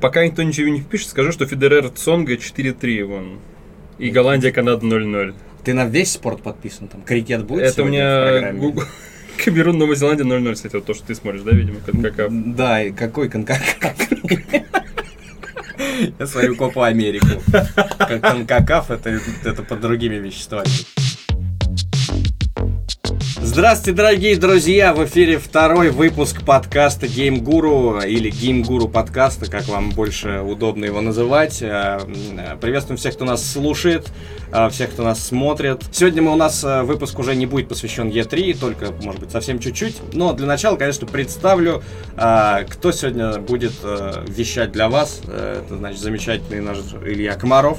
пока никто ничего не пишет, скажу, что Федерер Цонга 4-3 вон. И Голландия, Канада 0-0. Ты на весь спорт подписан? Там крикет будет? Это у меня Google. Камерун, Новая Зеландия 0-0, кстати, вот то, что ты смотришь, да, видимо, Конкакаф. Да, и какой Конкакаф? Я смотрю Копа Америку. Конкакаф это под другими веществами. Здравствуйте, дорогие друзья! В эфире второй выпуск подкаста Game Guru или Game Guru подкаста, как вам больше удобно его называть. Приветствуем всех, кто нас слушает, всех, кто нас смотрит. Сегодня у нас выпуск уже не будет посвящен E3, только, может быть, совсем чуть-чуть. Но для начала, конечно, представлю, кто сегодня будет вещать для вас. Это, значит, замечательный наш Илья Комаров.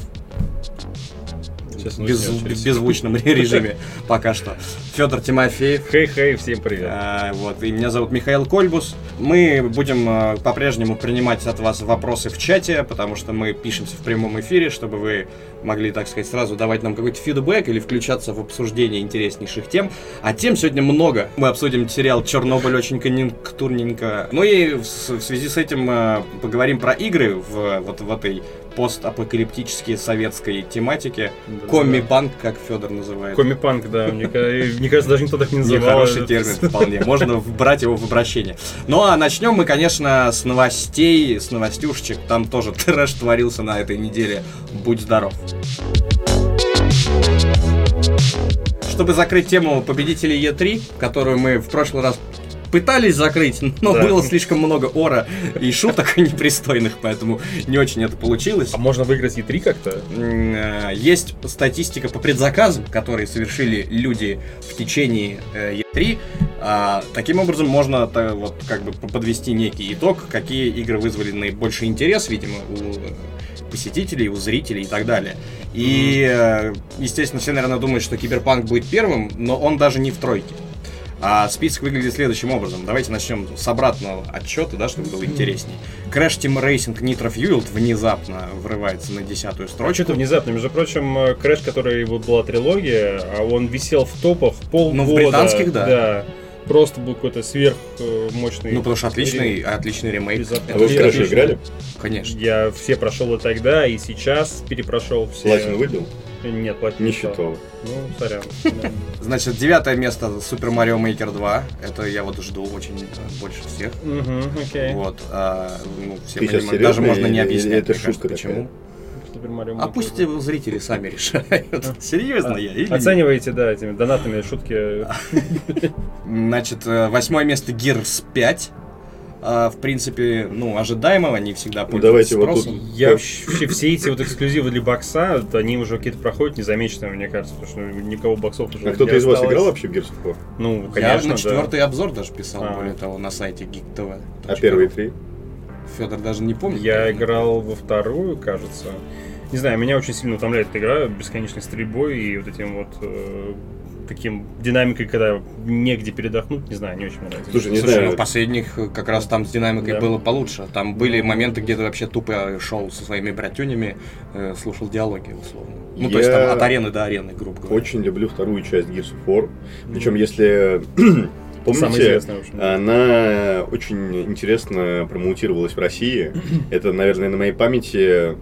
В беззвучном режиме пока что. Федор Тимофеев. Хей-хей, всем привет. И меня зовут Михаил Кольбус. Мы будем по-прежнему принимать от вас вопросы в чате, потому что мы пишемся в прямом эфире, чтобы вы могли, так сказать, сразу давать нам какой-то фидбэк или включаться в обсуждение интереснейших тем. А тем сегодня много. Мы обсудим сериал «Чернобыль» очень конъюнктурненько. Ну и в связи с этим поговорим про игры в этой постапокалиптической советской тематике. Да, комми-панк, как Федор называет. Комми-панк, да. Мне кажется, даже никто так не называл. Хороший термин вполне. Можно брать его в обращение. Ну а начнем мы, конечно, с новостей, с новостюшечек. Там тоже трэш творился на этой неделе. Будь здоров. Чтобы закрыть тему победителей E3, которую мы в прошлый раз пытались закрыть, но да, было слишком много ора и шуток непристойных, поэтому не очень это получилось. А можно выиграть E3 как-то? Есть статистика по предзаказам, которые совершили люди в течение E3. Таким образом, можно подвести некий итог, какие игры вызвали наибольший интерес, видимо, у посетителей, у зрителей и так далее. И, естественно, все, наверное, думают, что Киберпанк будет первым, но он даже не в тройке. А список выглядит следующим образом. Давайте начнем с обратного отсчета, да, чтобы было интересней. Crash Team Racing Nitro Fueled внезапно врывается на 10-ю строчку. Что-то внезапно. Между прочим, Crash, который вот была трилогия, а он висел в топах полгода. Ну, в британских, да. Да. Просто был какой-то сверхмощный... Ну, потому что отличный ремейк. А вы в Crash играли? Конечно. Я все прошел и тогда, и сейчас перепрошел все. Платину выбил? Нет, платину не считал. Ну, сорян. Значит, 9-е место Super Mario Maker 2. Это я вот жду очень больше всех. Окей. Вот. Все ты понимают, даже можно не объяснять, это шутка почему. А пусть зрители сами решают. Серьезно я или оцениваете, да, этими донатными шутки. Значит, 8-е место Gears 5. В принципе, ожидаемо, они всегда пользуются спросом. Вот тут... Я вообще все эти вот эксклюзивы для бокса, они уже какие-то проходят незамеченными, мне кажется, потому что никого боксов уже не осталось. А кто-то из вас играл вообще в Gears of War? Ну, конечно, я на 4-й обзор даже писал, более того, на сайте Geek.tv. А первые 3? Федор даже не помнит. Я играл во вторую, кажется. Не знаю, меня очень сильно утомляет эта игра бесконечной стрельбой и вот этим вот таким динамикой, когда негде передохнуть, не знаю, не очень мне нравится. Слушай, в последних как раз там с динамикой было получше. Там были моменты, где ты вообще тупо шел со своими братюнями, слушал диалоги, условно. Ну, то есть там от арены до арены, грубо говоря. Очень люблю вторую часть Gears of War. Причем, если... Помните, она очень интересно промоутировалась в России. Это, наверное, на моей памяти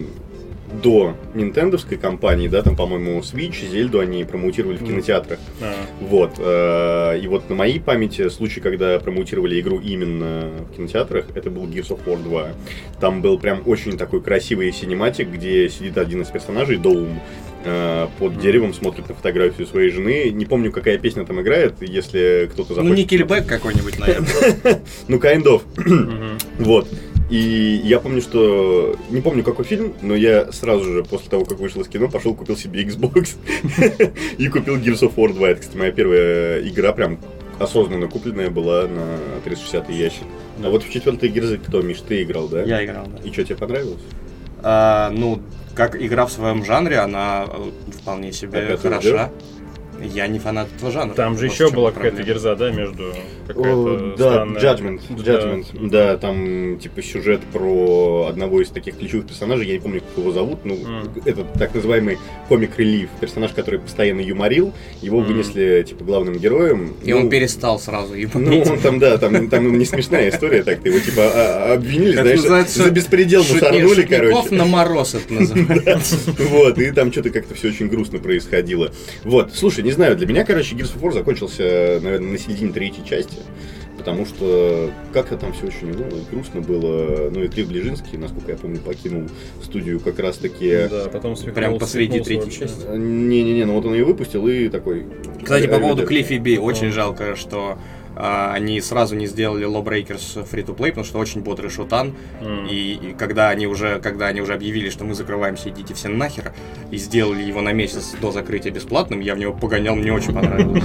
до нинтендовской компании, да, там, по-моему, Switch, Зельду они промоутировали в кинотеатрах. Вот. И вот на моей памяти случай, когда промоутировали игру именно в кинотеатрах, это был Gears of War 2. Там был прям очень такой красивый синематик, где сидит один из персонажей, Доум, под деревом, смотрит на фотографию своей жены. Не помню, какая песня там играет, если кто-то захочет. Ну, Nickelback какой-нибудь, наверное. Ну, kind of. Вот. И я помню, что... Не помню, какой фильм, но я сразу же, после того, как вышел из кино, пошел, купил себе Xbox и купил Gears of War 2. Это, кстати, моя первая игра, прям осознанно купленная была на 360-й ящик. А вот в 4-й Gears кто, Миш, ты играл, да? Я играл, да. И что, тебе понравилось? Как игра в своем жанре, она вполне себе хороша. Я не фанат этого жанра. Там же еще была какая-то герза, да, между... Да, Judgment. Да, там типа сюжет про одного из таких ключевых персонажей, я не помню, как его зовут, ну, это так называемый комик-релив, персонаж, который постоянно юморил, его вынесли типа главным героем. И он перестал сразу юморить. Ну, он там, да, там не смешная история, так, его типа обвинили, знаешь, за беспредел мусорнули, короче. Шутников на мороз это называется. Вот, и там что-то как-то все очень грустно происходило. Вот, слушай, не знаю, для меня, короче, Gears of War закончился, наверное, на середине третьей части, потому что как-то там все очень грустно было. Ну и Клифф Ближинский, насколько я помню, покинул студию как раз-таки... Да, потом прям посреди третьей части. Не-не-не, ну вот он ее выпустил и такой... Кстати, по поводу Клиффи Би, очень жалко, что они сразу не сделали Lawbreakers free-to-play, потому что очень бодрый шутан, и когда они уже объявили, что мы закрываемся, идите все нахер, и сделали его на месяц до закрытия бесплатным, я в него погонял, мне очень понравилось.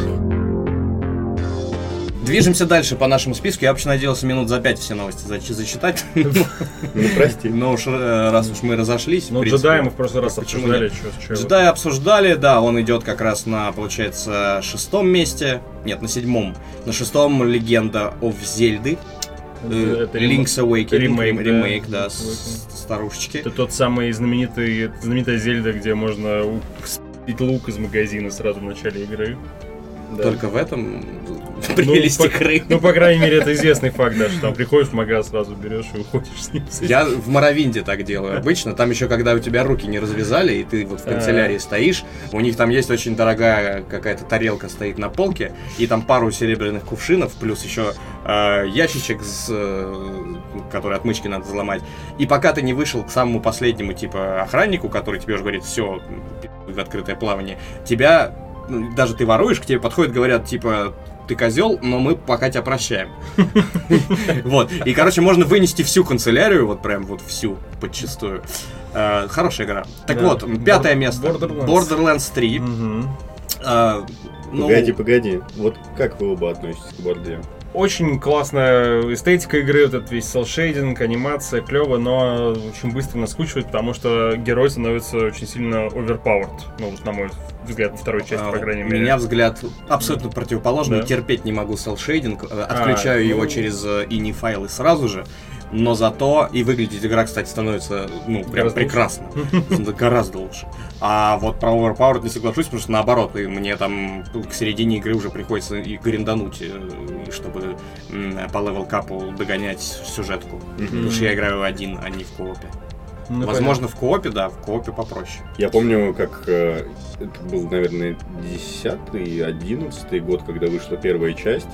Движемся дальше по нашему списку. Я вообще надеялся минут за 5 все новости зачитать. Ну, прости. Но уж раз уж мы разошлись... Ну, Джедая мы в прошлый раз обсуждали. Джедая обсуждали, да, он идет как раз на, получается, 6-м месте. Нет, на 7-м. На 6-м Легенда of Зельды. Link's Awakening, ремейк, да, старушечки. Это тот самый знаменитая Зельда, где можно спить лук из магазина сразу в начале игры. Да. Только в этом прелесть игры. Ну, по крайней мере, это известный факт, да, что там приходишь в магаз, сразу берешь и уходишь с ним. Я в Моровинде так делаю обычно. Там еще, когда у тебя руки не развязали, и ты вот в канцелярии стоишь, у них там есть очень дорогая какая-то тарелка стоит на полке, и там пару серебряных кувшинов, плюс еще ящичек, который отмычки надо взломать. И пока ты не вышел к самому последнему, типа, охраннику, который тебе уже говорит, все, в открытое плавание, тебя... Даже ты воруешь, к тебе подходят, говорят, типа, ты козел, но мы пока тебя прощаем. Вот. И, короче, можно вынести всю канцелярию, вот прям вот всю, подчистую. Хорошая игра. Так вот, 5-е место. Borderlands 3. Погоди. Вот как вы оба относитесь к борде? Очень классная эстетика игры, вот этот весь селшейдинг, анимация, клево, но очень быстро наскучивает, потому что герой становится очень сильно overpowered. Ну, вот, на мой взгляд, во второй части, по крайней мере. У меня взгляд абсолютно противоположный. Да. Терпеть не могу селшейдинг. Отключаю его через ini файлы сразу же. Но зато и выглядит игра, кстати, становится, ну, прям прекрасно. Гораздо лучше. А вот про Overpowered не соглашусь, потому что наоборот, и мне там к середине игры уже приходится и гриндануть, чтобы по левел-капу догонять сюжетку. Потому что я играю один, а не в коопе. Ну, возможно, в коопе, да, в коопе попроще. Я помню, как это был, наверное, 10-й, 11-й год, когда вышла первая часть.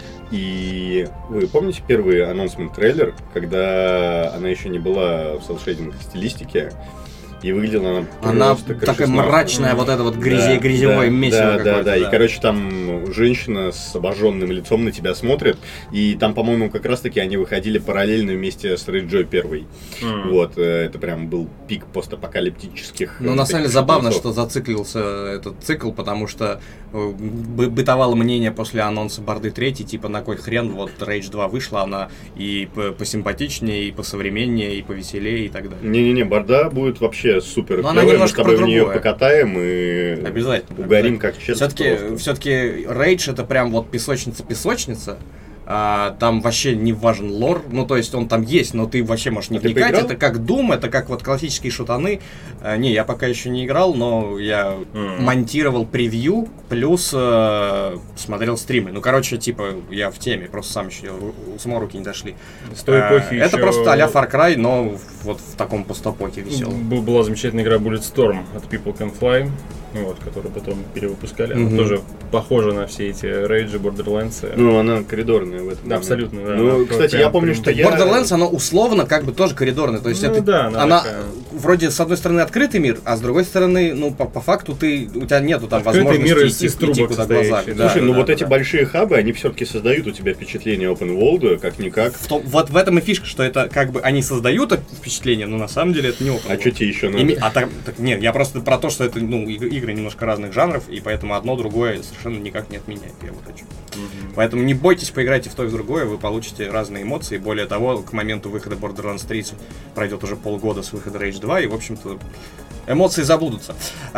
И вы помните первый анонсмент-трейлер, когда она еще не была в селшейдинг стилистике, и выглядела она такая мрачная, вот это вот грязевое месиво какое-то. Да, и, короче, там женщина с обожженным лицом на тебя смотрит, и там, по-моему, как раз-таки они выходили параллельно вместе с Рейджой первой. Вот, это прям был пик постапокалиптических... Ну, на самом деле, забавно, что зациклился этот цикл, потому что бытовало мнение после анонса Борды 3, типа, на кой хрен, вот Rage 2 вышла, она и посимпатичнее, и посовременнее, и повеселее, и так далее. Не-не-не, Борда будет вообще супер клевая, мы с тобой в нее покатаем и угорим как честно. Все-таки Rage это прям вот песочница. Там вообще не важен лор, ну то есть он там есть, но ты вообще можешь не вникать, это как Doom, это как вот классические шутаны. Не, я пока еще не играл, но я монтировал превью, плюс смотрел стримы. Ну короче, типа, я в теме, просто сам еще, самого руки не дошли. С той эпохи это просто а-ля Far Cry, но вот в таком постапоке веселом. Была замечательная игра Bulletstorm от People Can Fly, вот, которую потом перевыпускали. Она тоже похожа на все эти Rage, Borderlands. Ну, она коридорная в этом. Да, абсолютно, да. Ну, кстати, я помню, что Borderlands, она условно как бы тоже коридорная. То есть ну, это, да, она вроде с одной стороны открытый мир, а с другой стороны, ну, по факту у тебя нету там возможности идти куда глаза. Слушай, ну вот эти большие хабы, они все-таки создают у тебя впечатление open world, как-никак. Вот в этом и фишка, что это как бы они создают это впечатление, но на самом деле это не open world. А что тебе еще надо? Нет, я просто про то, что это, ну, игры немножко разных жанров, и поэтому одно другое совершенно никак не отменяет. Я вот хочу. Поэтому не бойтесь, поиграйте в то и в другое, вы получите разные эмоции. Более того, к моменту выхода Borderlands 3 пройдет уже полгода с выхода Rage 2, и, в общем-то, Эмоции забудутся.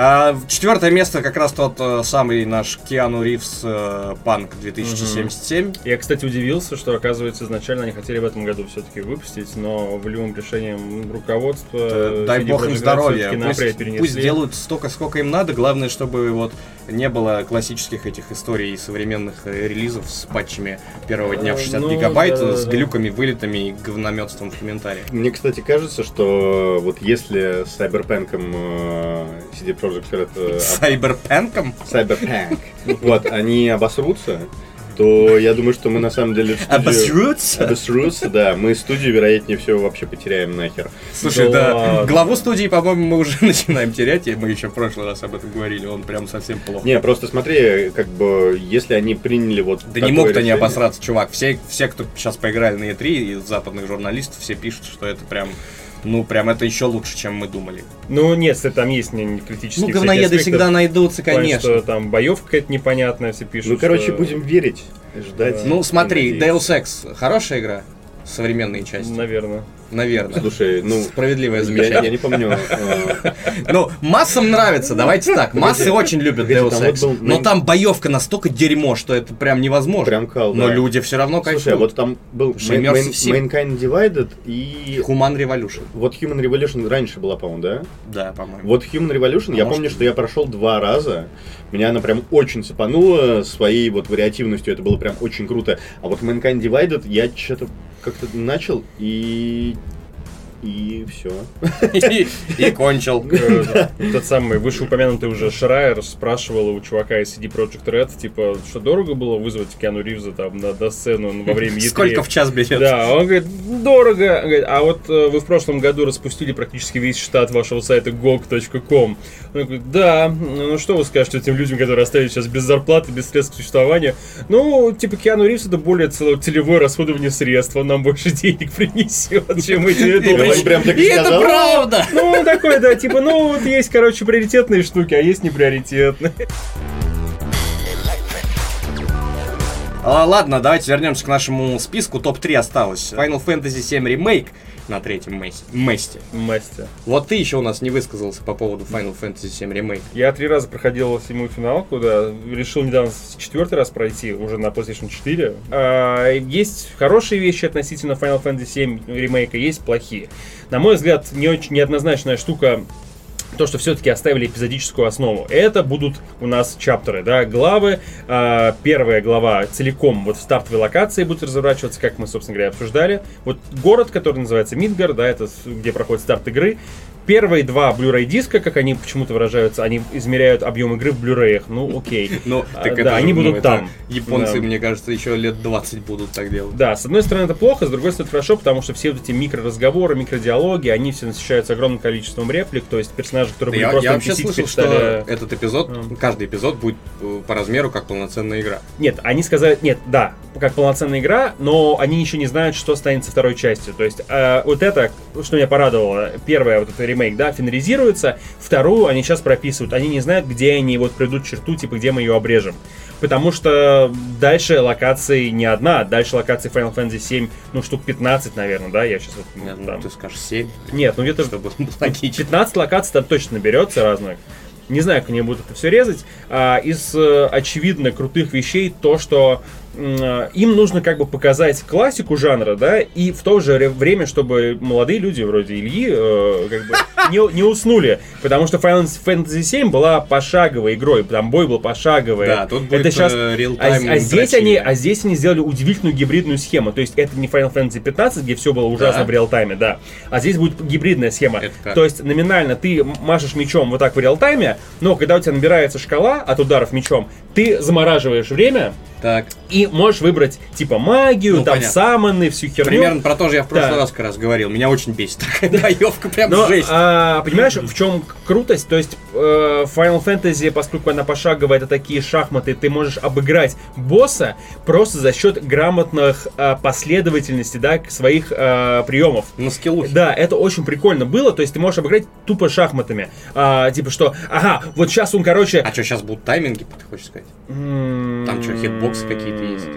4 место как раз тот самый наш Киану Ривз Панк 2077. Я, кстати, удивился, что, оказывается, изначально они хотели в этом году все-таки выпустить, но волевым решением руководства... Дай бог им здоровья. Пусть делают столько, сколько им надо. Главное, чтобы вот не было классических этих историй и современных релизов с патчами первого дня в 60 гигабайт, с глюками, вылетами и говнометством в комментариях. Мне, кстати, кажется, что вот если с Cyberpunk'ом CD Projekt Red... Cyberpunk'ом? Вот, они обосрутся, то я думаю, что мы на самом деле Обосрутся, да. Мы студию, вероятнее всего, вообще потеряем нахер. Слушай, да, главу студии, по-моему, мы уже начинаем терять, и мы еще в прошлый раз об этом говорили, он прям совсем плохо. Не, просто смотри, как бы, если они приняли вот да не мог-то не обосраться, чувак. Все, кто сейчас поиграли на E3, из западных журналистов, все пишут, что это прям... Ну, прям это еще лучше, чем мы думали. Ну, нет, там есть не критические. Ну, говноеды всегда найдутся, конечно. Что там боевка какая-то непонятная, все пишут. Ну, короче, будем верить, ждать. Ну, смотри, Deus Ex хорошая игра? Современные части. Наверное. Слушай, ну... Справедливое замечание. Я не помню. Ну, массам нравится, давайте так. Массы очень любят Deus Ex. Но там боевка настолько дерьмо, что это прям невозможно. Прям кал, да. Но люди все равно кайфуют. Слушай, вот там был Mankind Divided и... Human Revolution. Вот Human Revolution раньше была, по-моему, да? Да, по-моему. Вот Human Revolution, я помню, что я прошел 2 раза. Меня она прям очень цепанула своей вот вариативностью. Это было прям очень круто. А вот Mankind Divided я что-то как-то начал и все. И кончил. Тот самый вышеупомянутый уже Шрайер спрашивал у чувака из CD Projekt Red, типа, что дорого было вызвать Киану Ривза там на сцену во время E3? Сколько в час берет? Да, он говорит, дорого. Он говорит, а вот вы в прошлом году распустили практически весь штат вашего сайта GOG.com. Он говорит, да, ну что вы скажете этим людям, которые остались сейчас без зарплаты, без средств к существованию? Ну, типа, Киану Ривз это более целевое расходование средств, он нам больше денег принесет, чем эти... И это правда! Ну, такой, да, типа, ну, вот есть, короче, приоритетные штуки, а есть неприоритетные. Ладно, давайте вернемся к нашему списку. Топ-3 осталось. Final Fantasy VII Remake на 3-м месте. Вот ты еще у нас не высказался по поводу Final Fantasy VII Remake. Я 3 раза проходил 7-ю финалку, да. Решил недавно 4-й раз пройти, уже на PlayStation 4. Есть хорошие вещи относительно Final Fantasy VII Remake, есть плохие. На мой взгляд, не очень неоднозначная штука то, что все-таки оставили эпизодическую основу. Это будут у нас чаптеры, да, главы. Первая глава целиком вот в стартовой локации будет разворачиваться, как мы, собственно говоря, обсуждали. Вот город, который называется Мидгар, да, это где проходит старт игры. Первые 2 Blu-ray диска, как они почему-то выражаются, они измеряют объем игры в Blu-ray. Ну, окей. Ну, да, они будут там. Японцы, мне кажется, еще лет 20 будут так делать. Да, с одной стороны это плохо, с другой стороны это хорошо, потому что все вот эти микроразговоры, микродиалоги, они все насыщаются огромным количеством реплик, то есть персонажи, которые были просто Я вообще слышал, что этот эпизод, каждый эпизод будет по размеру как полноценная игра. Нет, они сказали, нет, да, как полноценная игра, но они еще не знают, что станет со второй частью. То есть вот это, что меня порадовало, первая вот эта ремейк, да, финализируется, вторую они сейчас прописывают, они не знают, где они вот придут черту, типа, где мы ее обрежем. Потому что дальше локаций не одна, дальше локаций Final Fantasy 7, ну, штук 15, наверное, да, я сейчас вот... Нет, ну, ты скажешь 7. Нет, ну, где-то 15 локаций там точно наберется разных. Не знаю, как они будут это все резать. Из очевидно крутых вещей то, что им нужно как бы показать классику жанра, да, и в то же время, чтобы молодые люди вроде Ильи как бы не уснули, потому что Final Fantasy 7 была пошаговой игрой, там бой был пошаговый. Да, тут будет реал-тайм. Здесь они сделали удивительную гибридную схему, то есть это не Final Fantasy 15, где все было ужасно в реал-тайме, да, а здесь будет гибридная схема. То есть номинально ты машешь мечом вот так в реал-тайме, но когда у тебя набирается шкала от ударов мечом, ты замораживаешь время. Так. И можешь выбрать, типа, магию, там, саммоны, всю херню. Примерно про то же я в прошлый раз как раз говорил. Меня очень бесит такая боевка, прям жесть. Понимаешь, в чем крутость? То есть, Final Fantasy, поскольку она пошаговая, это такие шахматы, ты можешь обыграть босса просто за счет грамотных последовательностей, да, своих приемов. На скиллухе. Да, это очень прикольно было. То есть, ты можешь обыграть тупо шахматами. Типа, что, ага, вот сейчас он, короче... А что, сейчас будут тайминги, ты хочешь сказать? Там что, хитбоксы какие-то есть?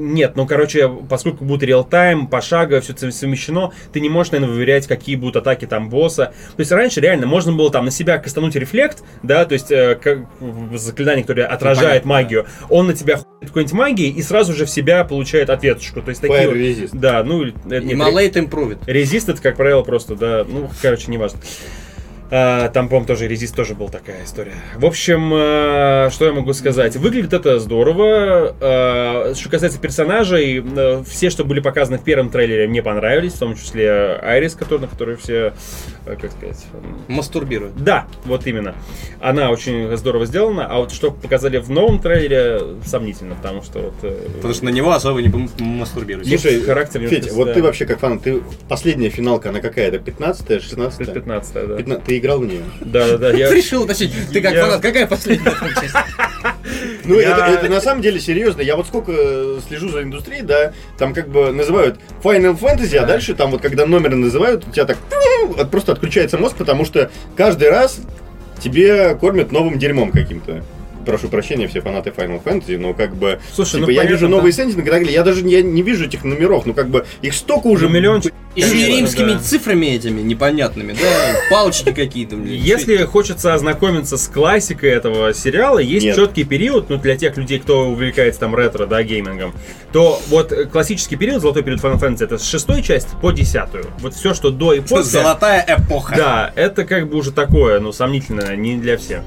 Нет, поскольку будет реал-тайм, пошагово, все совмещено, ты не можешь, наверное, выверять, какие будут атаки там босса. То есть раньше реально можно было там на себя кастануть рефлект, да, то есть заклинание, которое отражает магию, он на тебя хует какой-нибудь магией и сразу же в себя получает ответочку. То есть такие resist. Да, Immolate Improved. Резист это, как правило, просто, да, неважно. Там, по-моему, тоже резист тоже был такая история. В общем, что я могу сказать? Выглядит это здорово. Что касается персонажей, все, что были показаны в первом трейлере, мне понравились, в том числе Айрис, на которую все, как сказать... Мастурбируют. Да, вот именно. Она очень здорово сделана, а вот что показали в новом трейлере, сомнительно, потому что Потому что на него особо не мастурбируют. Слушай, характер... Федь, вот ты вообще как фан, последняя финалка, она какая? Это 15-я, 16-я? 15-я, да. Ты играл в нее? Да. Я решил уточнить, ты как фанат, какая последняя часть? Ну, это на самом деле серьезно. Я вот сколько слежу за индустрией, да, там как бы называют Final Fantasy, а дальше там вот когда номеры называют, у тебя так просто отключается мозг, потому что каждый раз тебе кормят новым дерьмом каким-то. Прошу прощения, все фанаты Final Fantasy, но как бы... Слушай, я вижу новые сеттинги, я даже не вижу этих номеров, их столько уже... Миллион... Еще и римскими цифрами этими непонятными, да, палочки какие-то. Если хочется ознакомиться с классикой этого сериала, есть четкий период, для тех людей, кто увлекается там ретро, да, геймингом, то вот классический период, золотой период Final Fantasy, это с 6-й части по 10-ю. Вот все, что до и после... Золотая эпоха. Да, это как бы уже такое, сомнительное, не для всех.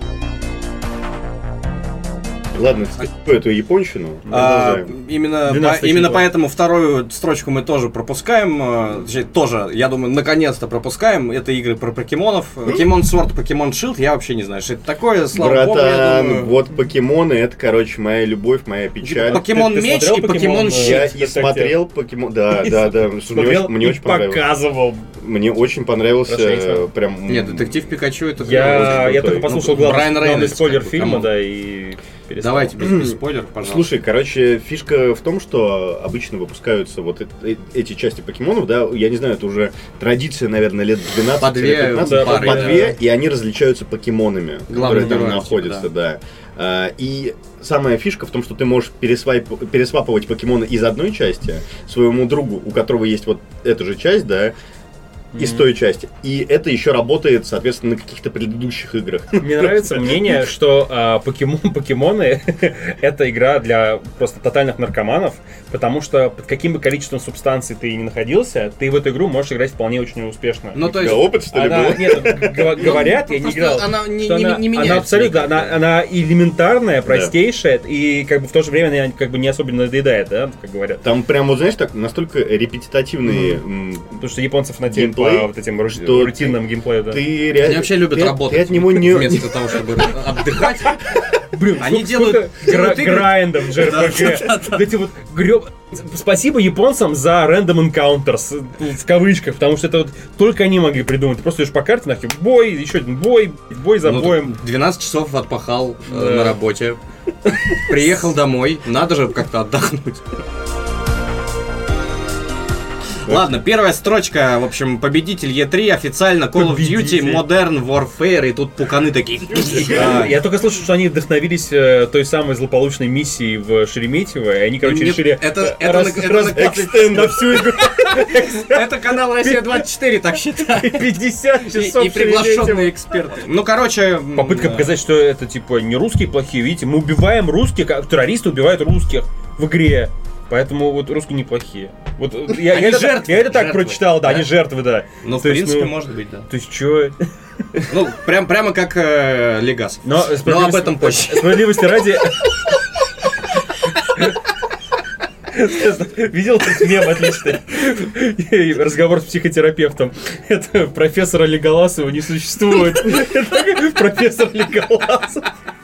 Ладно, эту японщину. Именно поэтому вторую строчку мы тоже пропускаем. Я думаю, наконец-то пропускаем. Это игры про покемонов. Покемон Sword, Покемон Shield. Я вообще не знаю, что это такое. Слава богу, я думаю. Вот покемоны, это, моя любовь, моя печаль. Покемон Меч и Покемон Щит. Я и смотрел Покемон... Да. Мне очень понравилось. Показывал. Мне очень понравился прям... Нет, Детектив Пикачу это... Я только послушал главный спойлер фильма, да, и... Давайте без спойлеров, пожалуйста. Слушай, фишка в том, что обычно выпускаются вот эти части покемонов, да, я не знаю, это уже традиция, наверное, лет 12-15, по две, и они различаются покемонами, которые там находятся, да. И самая фишка в том, что ты можешь пересвапывать покемоны из одной части своему другу, у которого есть вот эта же часть, да, из той части. И это еще работает, соответственно, на каких-то предыдущих играх. Мне нравится мнение, что покемоны это игра для просто тотальных наркоманов, потому что под каким бы количеством субстанций ты ни находился, ты в эту игру можешь играть вполне очень успешно. Ну, то есть... опыт, что ли, был? Нет, говорят, я не играл. Она не меняется. Она абсолютно, она элементарная, простейшая, и как бы в то же время она как бы не особенно надоедает, да, как говорят. Там прям, вот знаешь, так настолько репетитативные... Потому что японцев на тему по вот этим рутинным геймплею, да. Они вообще любят работать. Ты от него не... Вместо того, чтобы отдыхать. Блин, они делают грайндов в JRPG. Эти вот Спасибо японцам за Random Encounters, в кавычках, потому что это вот только они могли придумать. Ты просто идешь по карте, нахер, бой, еще один бой за боем. 12 часов отпахал на работе, приехал домой, надо же как-то отдохнуть. Ладно, первая строчка, в общем, победитель E3, официально Call of Duty Modern Warfare, и тут пуканы такие. Я только слышал, что они вдохновились той самой злополучной миссией в Шереметьево, и они, короче, решили на всю игру. Это канал Россия-24 так считает. 50 часов и приглашенные эксперты. Ну, короче... Попытка показать, что это, типа, не русские плохие, видите, мы убиваем русских, как террористы убивают русских в игре. Поэтому вот русские неплохие. Вот я это так прочитал, да, они жертвы, да. Ну, в принципе, может быть, да. То есть, чё? Ну, прямо как Легас. Но об этом позже. Справедливости ради... Видел этот мем отличный? Разговор с психотерапевтом. Это профессора Леголасова не существует. Это профессор Леголасов.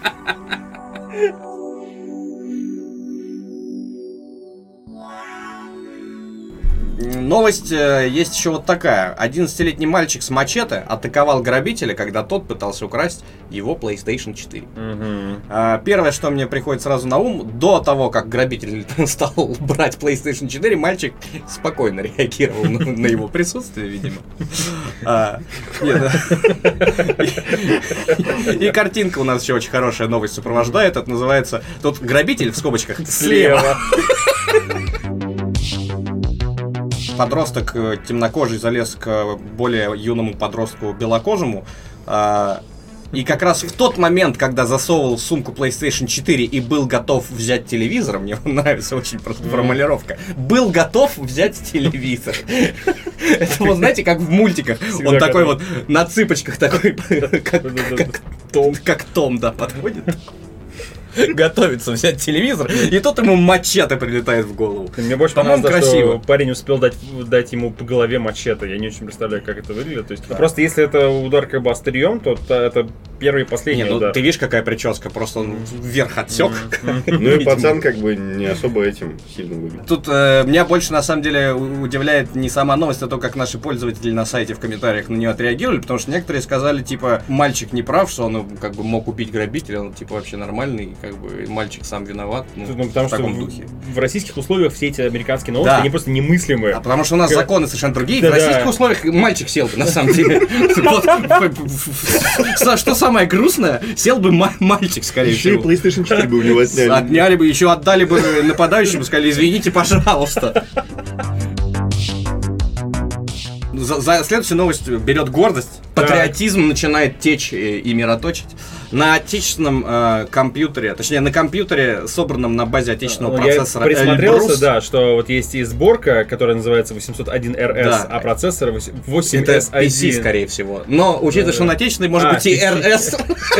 Новость есть еще вот такая. 11-летний мальчик с мачете атаковал грабителя, когда тот пытался украсть его PlayStation 4. Первое, что мне приходит сразу на ум, до того, как грабитель стал брать PlayStation 4, мальчик спокойно реагировал на его присутствие, видимо. И картинка у нас еще очень хорошая новость сопровождает. Это называется тут грабитель в скобочках слева. Подросток темнокожий залез к более юному подростку белокожему. И как раз в тот момент, когда засовывал в сумку PlayStation 4 и был готов взять телевизор, мне нравится очень просто формулировка, был готов взять телевизор. Это вот, знаете, как в мультиках. Он такой вот на цыпочках такой, как Том, да, подходит. Готовится взять телевизор, и тут ему мачете прилетает в голову. Мне больше понравилось, что парень успел дать ему по голове мачете. Я не очень представляю, как это выглядит. То есть, просто если это удар как бы острием, то это первый и последний удар. Ты видишь, какая прическа, просто он вверх отсек. Ну и пацан как бы не особо этим сильно выглядит. Тут меня больше на самом деле удивляет не сама новость, а то, как наши пользователи на сайте в комментариях на нее отреагировали, потому что некоторые сказали, типа, мальчик не прав, что он как бы мог убить грабителя, он типа вообще нормальный, как бы мальчик сам виноват, потому в таком духе. В российских условиях все эти американские новости, они просто немыслимые. А потому что у нас законы совершенно другие, в российских условиях мальчик сел бы, на самом деле. Что самое грустное, сел бы мальчик, скорее всего. Еще и PlayStation 4 бы у него отняли. Отняли бы, еще отдали бы нападающему, сказали, извините, пожалуйста. За следующую новость берет гордость, патриотизм начинает течь и мироточить. На отечественном компьютере, точнее на компьютере, собранном на базе отечественного процессора Эльбрус. Я присмотрелся, да, что вот есть и сборка, которая называется 801RS, да. А процессор 8S1. Это PC, скорее всего. Но, учитывая, что он отечественный, может быть и RS.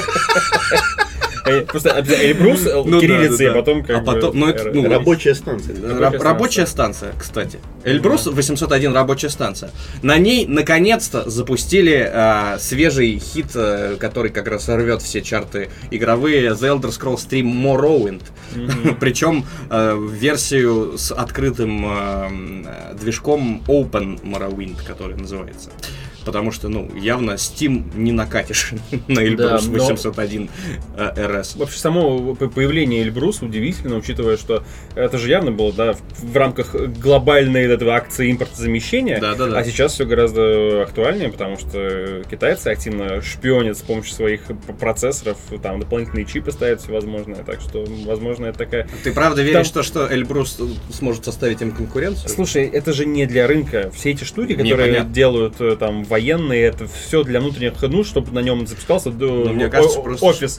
Просто Эльбрус, кириллицей, а потом как бы... Рабочая станция. Рабочая станция, кстати. Эльбрус 801 рабочая станция. На ней, наконец-то, запустили свежий хит, который как раз рвет все чарты игровые, The Elder Scrolls 3 Morrowind. Причем версию с открытым движком Open Morrowind, который называется. Потому что, явно Steam не накатишь на Эльбрус 801 RS. Вообще, само появление Эльбруса удивительно, учитывая, что это же явно было, да, в рамках глобальной этого акции импортозамещения. Да. А сейчас все гораздо актуальнее, потому что китайцы активно шпионят с помощью своих процессоров, там дополнительные чипы ставят всевозможные, так что, возможно, это такая... Ты правда веришь, что Эльбрус сможет составить им конкуренцию? Слушай, это же не для рынка. Все эти штуки, которые делают там военные, это все для внутренних нужд, чтобы на нем запускался мне кажется, офис.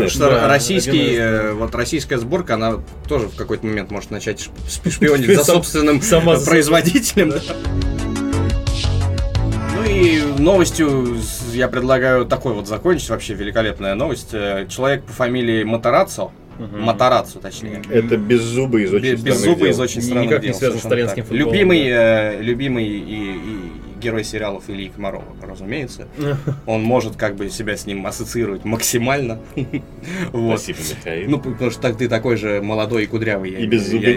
Российская сборка, она тоже в какой-то момент может начать шпионить за собственным производителем. Ну и новостью я предлагаю такой вот закончить, вообще великолепная новость. Человек по фамилии Мотораццо, Мотораццо, точнее. Это беззубый из очень странных Никак не связан с итальянским футболом. Любимый и герой сериалов Ильи Комарова, разумеется. Он может как бы себя с ним ассоциировать максимально. Спасибо, Михаил. Потому что ты такой же молодой и кудрявый. И беззубый.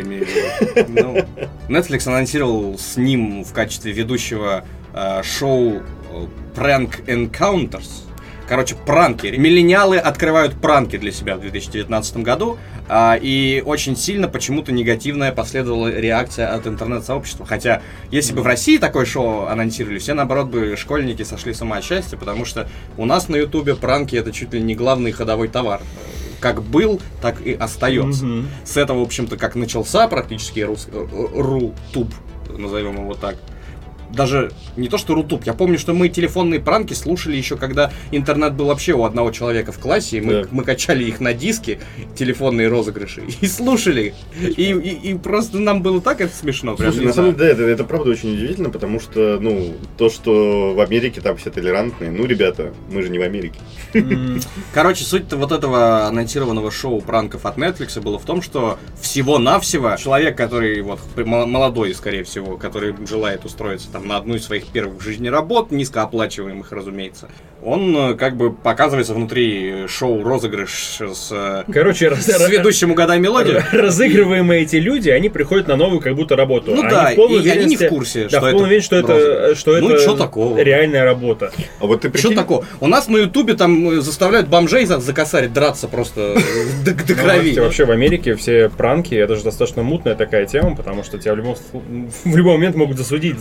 Netflix анонсировал с ним в качестве ведущего шоу Prank Encounters. Короче, пранки. Миллениалы открывают пранки для себя в 2019 году. И очень сильно почему-то негативная последовала реакция от интернет-сообщества. Хотя, если бы в России такое шоу анонсировали, все, наоборот, бы школьники сошли с ума от счастья, потому что у нас на Ютубе пранки — это чуть ли не главный ходовой товар. Как был, так и остается. С этого, в общем-то, как начался практически Рутуб, назовем его так. Даже не то, что Рутуб. Я помню, что мы телефонные пранки слушали еще, когда интернет был вообще у одного человека в классе, и мы качали их на диски, телефонные розыгрыши, и слушали. И просто нам было так это смешно. Слушай, на самом деле, это правда очень удивительно, потому что, то, что в Америке там все толерантные, ребята, мы же не в Америке. Короче, суть вот этого анонсированного шоу пранков от Netflix было в том, что всего-навсего человек, который молодой, скорее всего, который желает устроиться там на одну из своих первых в жизни работ, низкооплачиваемых, разумеется, он как бы показывается внутри шоу розыгрыш с ведущим «Угадай мелодию». Разыгрываемые эти люди, они приходят на новую как будто работу. И они не в курсе, что это что такого? Реальная работа. А вот ты прикинь... Что такого? У нас на Ютубе там заставляют бомжей закосарить, драться просто до крови. Вообще в Америке все пранки, это же достаточно мутная такая тема, потому что тебя в любой момент могут засудить за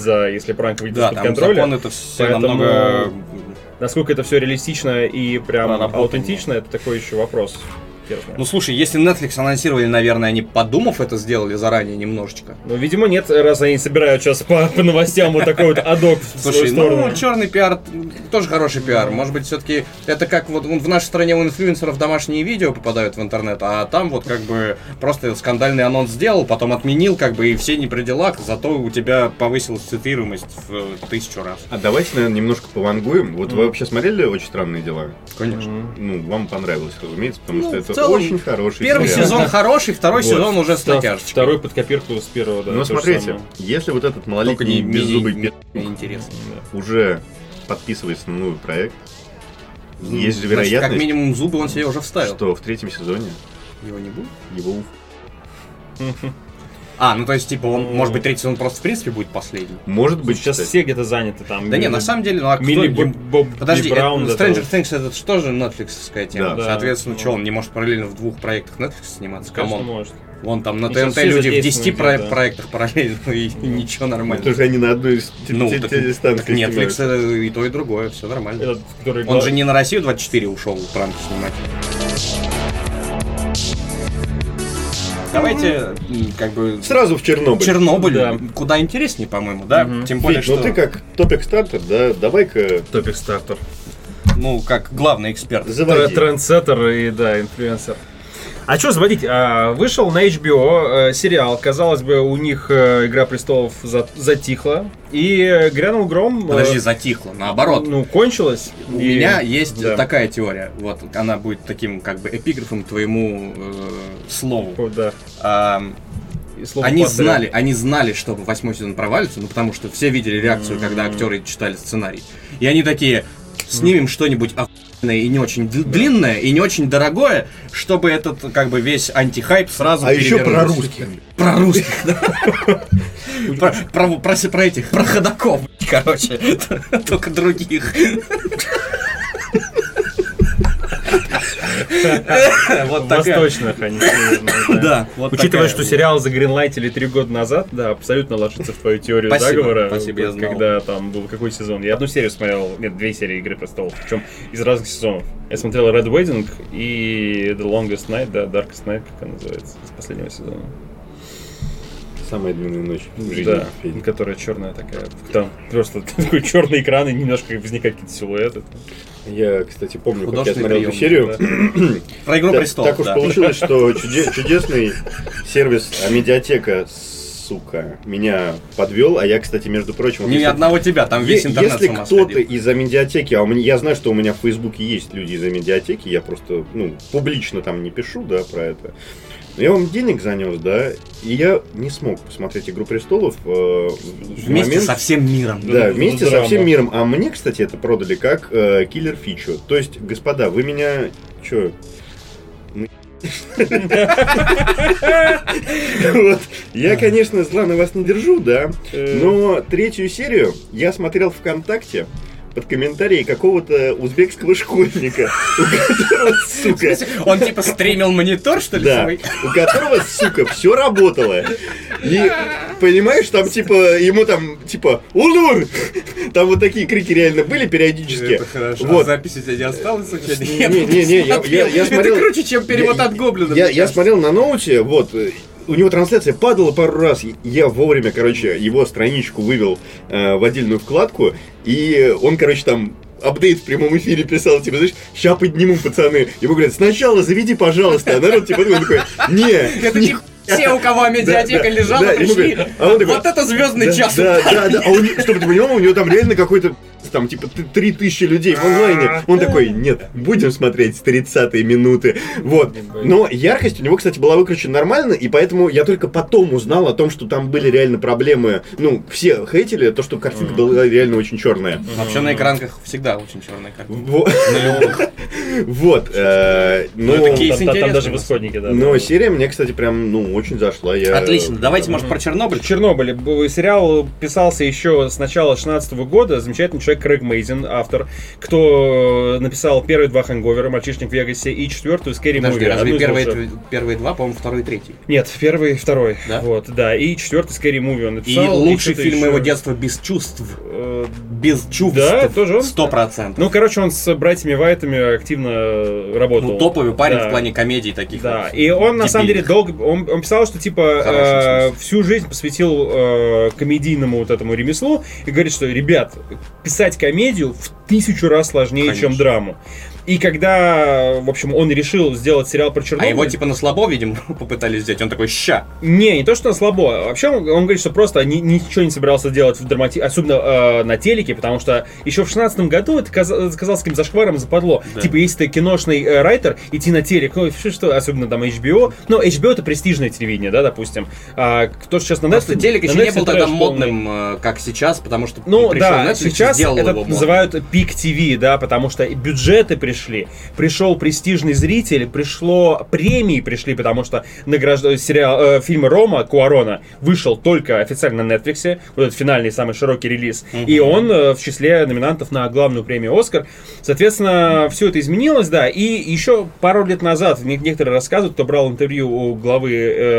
если пранк выйдет да, из-под контроля. закон это все Поэтому намного... насколько это все реалистично и прям Проработано. аутентично, это такой еще вопрос. Ну слушай, если Netflix анонсировали, наверное, они подумав это сделали заранее немножечко. Ну, видимо, нет, раз они собирают сейчас по новостям вот такой вот адок в свою Слушай, сторону. ну черный пиар тоже хороший пиар. Может быть, все-таки это как вот в нашей стране у инфлюенсеров домашние видео попадают в интернет, а там вот как бы просто скандальный анонс сделал, потом отменил, как бы и все не при делах, зато у тебя повысилась цитируемость в 1000 раз. А давайте, наверное, немножко повангуем. Вот вы вообще смотрели «Очень странные дела»? Конечно. Ну, вам понравилось, разумеется, потому Ну, что в это целом, очень хороший Первый сериал. сезон хороший, второй Вот. сезон уже с натяжечкой. Второй под копирку с первого, да. Но то же смотрите, самое. если вот этот Только малолетний беззубый не интересно. уже подписывается на новый проект, есть же Значит, вероятность, как минимум зубы он себе уже вставил. что в 3-м сезоне Его не будет? его А, ну то есть, типа, он, может быть, третий сезон просто в принципе будет последний. может быть Сейчас кстати. все где-то заняты там. Да не, на самом деле, ну а кто... Милли им- Боб Подожди, Браун. Stranger Things это что же Netflix-овская тема? Да. Соответственно, Да. что, он не может параллельно в 2 проектах Netflix сниматься? Конечно, Камон. может. Вон там на Ну, сейчас ТНТ все люди в 10 задействованы, да. проектах параллельно, и ничего нормально. Потому что они на одной из Ну, так телестанций Netflix снимаются. это и то, и другое, все нормально. Этот, который Он же не на Россию 24 ушел пранки снимать. Давайте, как бы, Сразу в Чернобыль. Чернобыль Да. куда интереснее, по-моему, да? Мгм. Тем более, Вить, что, ну ты как топик-стартер, да, давай-ка Топик стартер. ну, как главный эксперт. заводи. Трендсеттер и, да, инфлюенсер. А что заводить? Вышел на HBO сериал. Казалось бы, у них «Игра престолов» затихла. И грянул гром. Подожди, затихло, наоборот. Ну, кончилось. У И- меня есть да. такая теория, вот она будет таким как бы эпиграфом твоему слову. О, да. А, И слово Они пастыря. знали, что 8-й сезон провалится, ну потому что все видели реакцию, когда актеры читали сценарий. И они такие, снимем что-нибудь охуенное и не очень длинное, и не очень дорогое, чтобы этот как бы весь антихайп сразу А еще про перевернулся. русских. Про русских, да. Про этих, про ходаков, короче, только других. Вот такая. Восточных, они северные, Да, вот Учитывая, такая что вот. сериал загринлайтили 3 года назад, да, абсолютно ложится в твою теорию Спасибо, заговора. спасибо, я Вот знал. Когда там был какой сезон? Я одну серию смотрел, нет, 2 серии «Игры престолов», причем из разных сезонов. Я смотрел Red Wedding и The Longest Night, да, Darkest Night, как она называется, из последнего сезона. Самая длинная ночь в жизни. Да, Федя. которая черная такая. Там просто такой черный экран, и немножко возникают какие-то силуэты. Я, кстати, помню, как я Художественный смотрел эту прием, серию. Про «Игру престолов», Так уж да. получилось, что чудесный сервис медиатека, сука, меня подвел. А я, кстати, между прочим... вот Ни если- одного тебя, там весь интернет Если с ума кто-то сходил. из-за медиатеки, а я знаю, что у меня в Фейсбуке есть люди из-за медиатеки, я просто, публично там не пишу, да, про это. Но я вам денег занес, да, и я не смог посмотреть «Игру престолов» в Вместе момент... со всем миром. Да, вместе со Драма. всем миром. А мне, кстати, это продали как киллер-фичу. То есть, господа, вы меня... Чё? Вот. Я, конечно, зла на вас не держу, да, но 3-ю серию я смотрел ВКонтакте под комментарии какого-то узбекского школьника, у которого, сука, Он типа стримил монитор, что ли, да, свой? у которого, сука, все работало. И, понимаешь, там, типа, ему там, типа, «Улур!» Там вот такие крики реально были периодически. Это хорошо. Вот. А записи у тебя не осталось случайно? Не, я смотрел... Это круче, чем перевод от Гоблина. Я смотрел на ноуте, вот, у него трансляция падала пару раз, я вовремя, короче, его страничку вывел в отдельную вкладку, и он, короче, там апдейт в прямом эфире писал, типа, знаешь, ща подниму, пацаны. Ему говорят, сначала заведи, пожалуйста, а народ, типа, такой, не, Это не все, у кого медиатека да, лежала, да, ему пришли. говорят, а он такой, Вот это звездный час. Да. А чтобы ты понимал, у него там реально какой-то, там, типа, 3000 людей в онлайне. Он такой, нет, будем смотреть с 30-й минуты. Вот. Но яркость у него, кстати, была выключена нормально, и поэтому я только потом узнал о том, что там были реально проблемы. Ну, все хейтили то, что картинка была реально очень черная. Вообще на экранках всегда очень черная картинка. Во- На любых. Вот. Там даже в исходнике, да. Но серия мне, кстати, прям, очень зашла. Отлично. Давайте, может, про Чернобыль? Чернобыль. Сериал писался еще с начала 2016 года. Замечательный человек Крэг Мейзин, автор, кто написал первые 2 «Хэнговера», «Мальчишник в Вегасе» и 4-ю «Скэри Муви». Разве первые 2, по-моему, 2 и 3? Нет, 1 и 2. Да? Вот, да. И 4-й «Скэри Муви» он написал. И лучший фильм моего детства «Без чувств». Без чувств. Да, тоже он? 100%. Ну, короче, он с братьями Вайтами активно работал. Ну, топовый парень в плане комедий таких. Да, и он, на самом деле, он писал, что, типа, всю жизнь посвятил комедийному вот этому ремеслу и говорит, что, ребят, писать комедию в 1000 раз сложнее, чем драму. И когда, в общем, он решил сделать сериал про Чернобыль... А его типа на слабо, видимо, попытались сделать, он такой, ща. Не то, что на слабо. Вообще, он говорит, что просто ничего не собирался делать в особенно на телеке, потому что еще в 2016 году это казалось каким-то зашкваром западло. Да. Типа, если ты киношный райтер, идти на телек, что, особенно там HBO. Ну, HBO это престижное телевидение, да, допустим. А кто сейчас на Netflix... Просто телек еще не был тогда модным, как сейчас, потому что да, сейчас это называют Peak TV, да, потому что бюджеты пришел престижный зритель, премии пришли, потому что фильм Рома Куарона вышел только официально на Netflix, вот этот финальный, самый широкий релиз, и он в числе номинантов на главную премию «Оскар». Соответственно, все это изменилось, да, и еще пару лет назад некоторые рассказывают, кто брал интервью у главы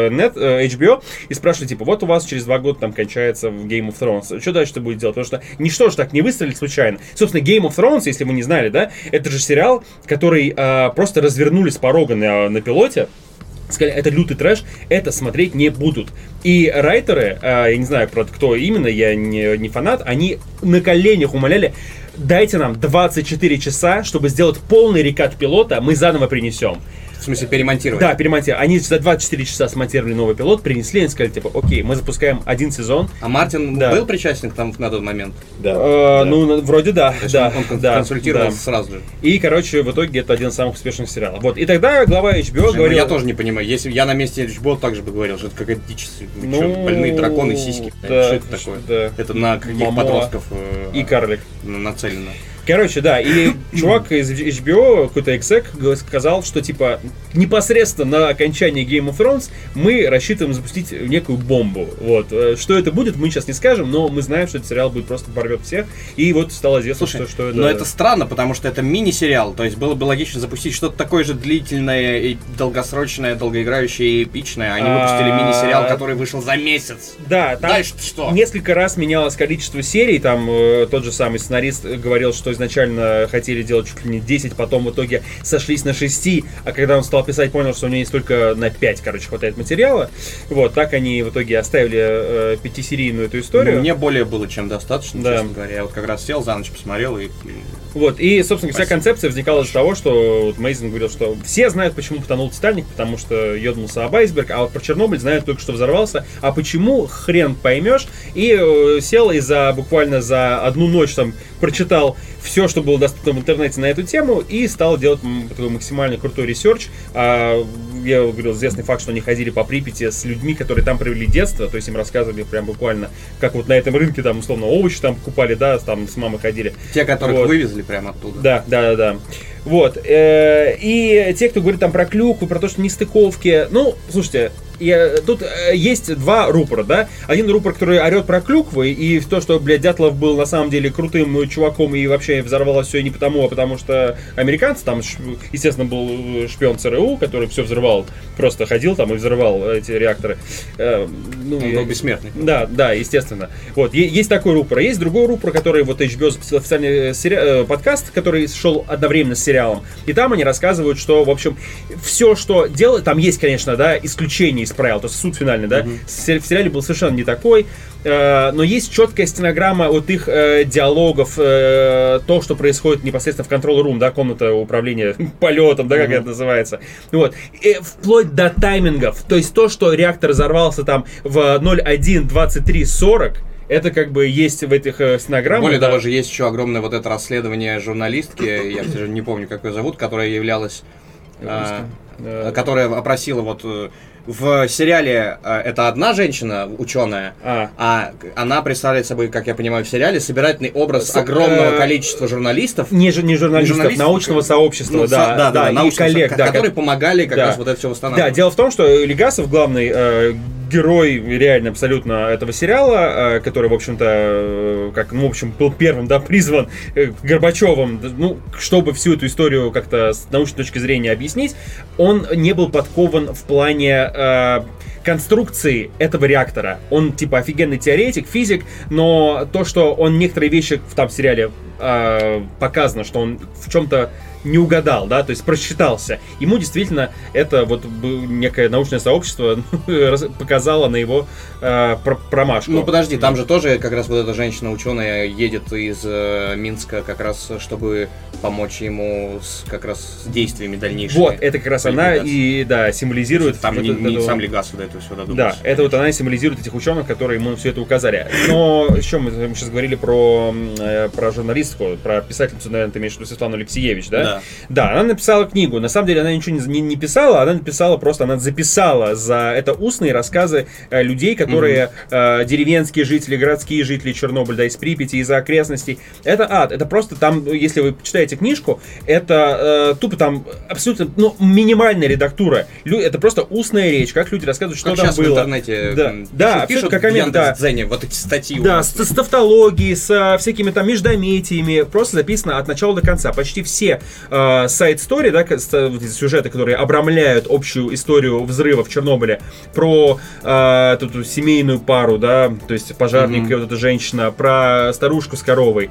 HBO и спрашивали, типа, вот у вас через 2 года там кончается Game of Thrones, что дальше ты будешь делать? Потому что ничто же так не выстрелит случайно. Собственно, Game of Thrones, если вы не знали, да, это же сериал, который просто развернули с порога на пилоте. Сказали, это лютый трэш, это смотреть не будут. И райтеры, я не знаю, кто именно, я не фанат, они на коленях умоляли, дайте нам 24 часа, чтобы сделать полный рекат пилота, мы заново принесем. В смысле, перемонтировать? Да, перемонтировать. Они за 24 часа смонтировали новый пилот, принесли и сказали, типа, окей, мы запускаем 1 сезон. А Мартин был причастен там на тот момент? Да. Ну, вроде да. Он консультировался сразу же. И, короче, в итоге это один из самых успешных сериалов. Вот. И тогда глава HBO говорил... Я тоже не понимаю. Если я на месте HBO также бы говорил, что это какая-то дичь. Больные драконы, сиськи. Что это такое? Да. Это на каких подростков и карлик нацелено. Короче, да, и чувак из HBO, какой-то эксек, сказал, что, типа, непосредственно на окончании Game of Thrones мы рассчитываем запустить некую бомбу. Вот. Что это будет, мы сейчас не скажем, но мы знаем, что этот сериал будет просто порвет всех. И вот стало известно, что это... Но это странно, потому что это мини-сериал, то есть было бы логично запустить что-то такое же длительное, и долгосрочное, долгоиграющее и эпичное. Они выпустили мини-сериал, который вышел за месяц. Да, там дальше что? Несколько раз менялось количество серий, там тот же самый сценарист говорил, что изначально хотели делать чуть ли не 10, потом в итоге сошлись на 6, а когда он стал писать, понял, что у него есть только на 5, хватает материала. Вот, так они в итоге оставили 5-серийную эту историю. Ну, мне более было чем достаточно, честно говоря. Я вот как раз сел, за ночь посмотрел и... Вот, и, собственно, вся концепция возникала из того, что вот Мейзин говорил, что все знают, почему потонул Титаник, потому что ёднулся об айсберг, а вот про Чернобыль знают только, что взорвался, а почему, хрен поймешь, и сел и буквально за одну ночь там прочитал все, что было доступно в интернете на эту тему, и стал делать такой максимально крутой ресерч. Я говорил, известный факт, что они ходили по Припяти с людьми, которые там провели детство, то есть им рассказывали прям буквально, как вот на этом рынке там условно овощи там покупали, да, там с мамой ходили. Те, которых вывезли прямо оттуда. Да. Вот. И те, кто говорит там про клюкву, про то, что нестыковки. Ну, слушайте, тут есть 2 рупора, да? Один рупор, который орет про клюквы, и то, что, блядь, Дятлов был на самом деле крутым чуваком, и вообще взорвалось все не потому, а потому что американцы, там, естественно, был шпион ЦРУ, который все взрывал, просто ходил там и взрывал эти реакторы. Он был бессмертный. Да, естественно. Вот, есть такой рупор. А есть другой рупор, который вот HBO запустил официальный подкаст, который шел одновременно с сериалом. И там они рассказывают, что, в общем, все, что делают, там есть, конечно, да, исключения из правил, то есть суд финальный, да, в сериале был совершенно не такой, но есть четкая стенограмма от их диалогов, то, что происходит непосредственно в контрол-рум, да, комната управления полетом, да, как это называется, вот, и вплоть до таймингов, то есть то, что реактор взорвался там в 01:23:40, это как бы есть в этих стенограммах. Более того, же есть еще огромное вот это расследование журналистки, я все же не помню, как ее зовут, которая являлась, которая опросила вот в сериале это одна женщина, ученая, а она представляет собой, как я понимаю, в сериале собирательный образ огромного количества журналистов. Не журналистов, научного сообщества, и коллег, которые помогали как раз вот это все восстанавливать. Да, дело в том, что Легасов, главный герой реально абсолютно этого сериала, который, в общем-то, был первым, призван Горбачевым, чтобы всю эту историю как-то с научной точки зрения объяснить, он не был подкован в плане конструкции этого реактора. Он, офигенный теоретик, физик, но то, что он некоторые вещи в сериале показано, что он в чем-то не угадал, то есть просчитался. Ему действительно это некое научное сообщество показало на его промашку. Подожди, там же тоже как раз вот эта женщина-ученая едет из Минска как раз, чтобы помочь ему с действиями дальнейшими. Вот, это как раз она и, символизирует... Там не сам Легасов до этого всего додумался. Да, это она символизирует этих ученых, которые ему все это указали. Но еще мы сейчас говорили про журналистку, про писательницу, наверное, ты имеешь в виду Светлану Алексеевич, да? Да, она написала книгу. На самом деле она ничего не писала, она написала просто, она записала за это устные рассказы людей, которые деревенские жители, городские жители Чернобыля, из Припяти, из окрестностей. Это ад. Это просто там, если вы читаете книжку, это тупо там абсолютно минимальная редактура. Это просто устная речь, как люди рассказывают, что там было. В интернете пишут как коммент, вот эти статьи. Да, с тавтологией, с всякими междометиями, просто записано от начала до конца. Почти все сайд-стори, сюжеты, которые обрамляют общую историю взрыва в Чернобыле, про эту семейную пару, то есть пожарник и вот эта женщина, про старушку с коровой,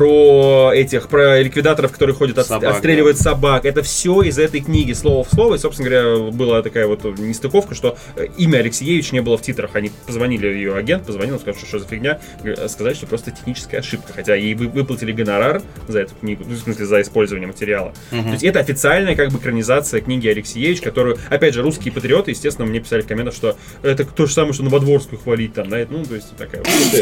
про ликвидаторов, которые ходят, отстреливают собак. Это все из этой книги, слово в слово. И, собственно говоря, была такая нестыковка, что имя Алексеевич не было в титрах. Они позвонили, ее агент позвонил, сказал, что за фигня, сказать, что просто техническая ошибка. Хотя ей выплатили гонорар за эту книгу, в смысле, за использование материала. То есть это официальная экранизация книги Алексеевич, которую, опять же, русские патриоты, естественно, мне писали в комментах, что это то же самое, что Новодворскую хвалить то есть такая...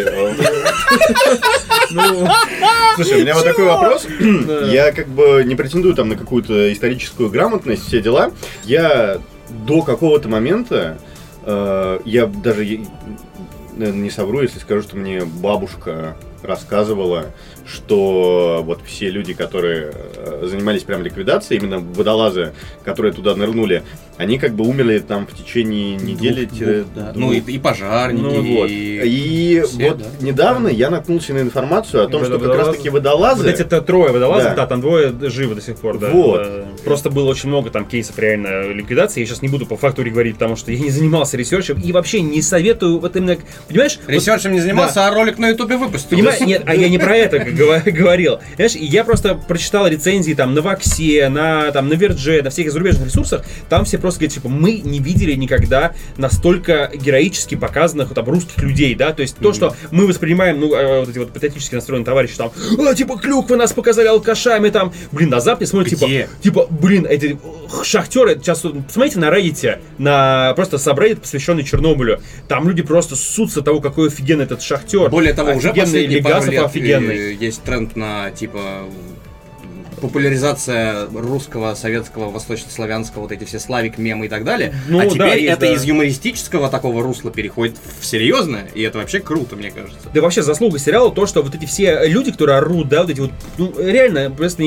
Слушай, у меня такой вопрос. Я не претендую на какую-то историческую грамотность, все дела. Я до какого-то момента, я даже не совру, если скажу, что мне бабушка рассказывала, что все люди, которые занимались прям ликвидацией, именно водолазы, которые туда нырнули, они умерли там в течение недели. И пожарники. И недавно я наткнулся на информацию о том, что как раз таки водолазы... Вот эти трое водолазов, там двое живы до сих пор. Просто было очень много там кейсов реально ликвидации. Я сейчас не буду по фактуре говорить, потому что я не занимался ресерчем и вообще не советую именно... Понимаешь? Ресерчем не занимался, а ролик на ютубе выпустил. Понимаешь? Нет, я не про это говорил. Понимаешь, я просто прочитал рецензии на Воксе, на Вердже, на всех зарубежных ресурсах. Там все просто говорят, мы не видели никогда настолько героически показанных русских людей, то есть то, что мы воспринимаем, эти патриотически настроенные товарищи, клюквы нас показали алкашами, на Западе смотрят, эти шахтеры, сейчас посмотрите на Reddit, просто сабреддит, посвященный Чернобылю, там люди просто ссутся того, какой офигенный этот шахтер. Более того, уже последние пару лет офигенный. Есть тренд на популяризация русского, советского, восточнославянского, эти все славик, мемы и так далее. А теперь это из юмористического такого русла переходит в серьезное, и это вообще круто, мне кажется. Да вообще заслуга сериала то, что эти все люди, которые орут, реально, просто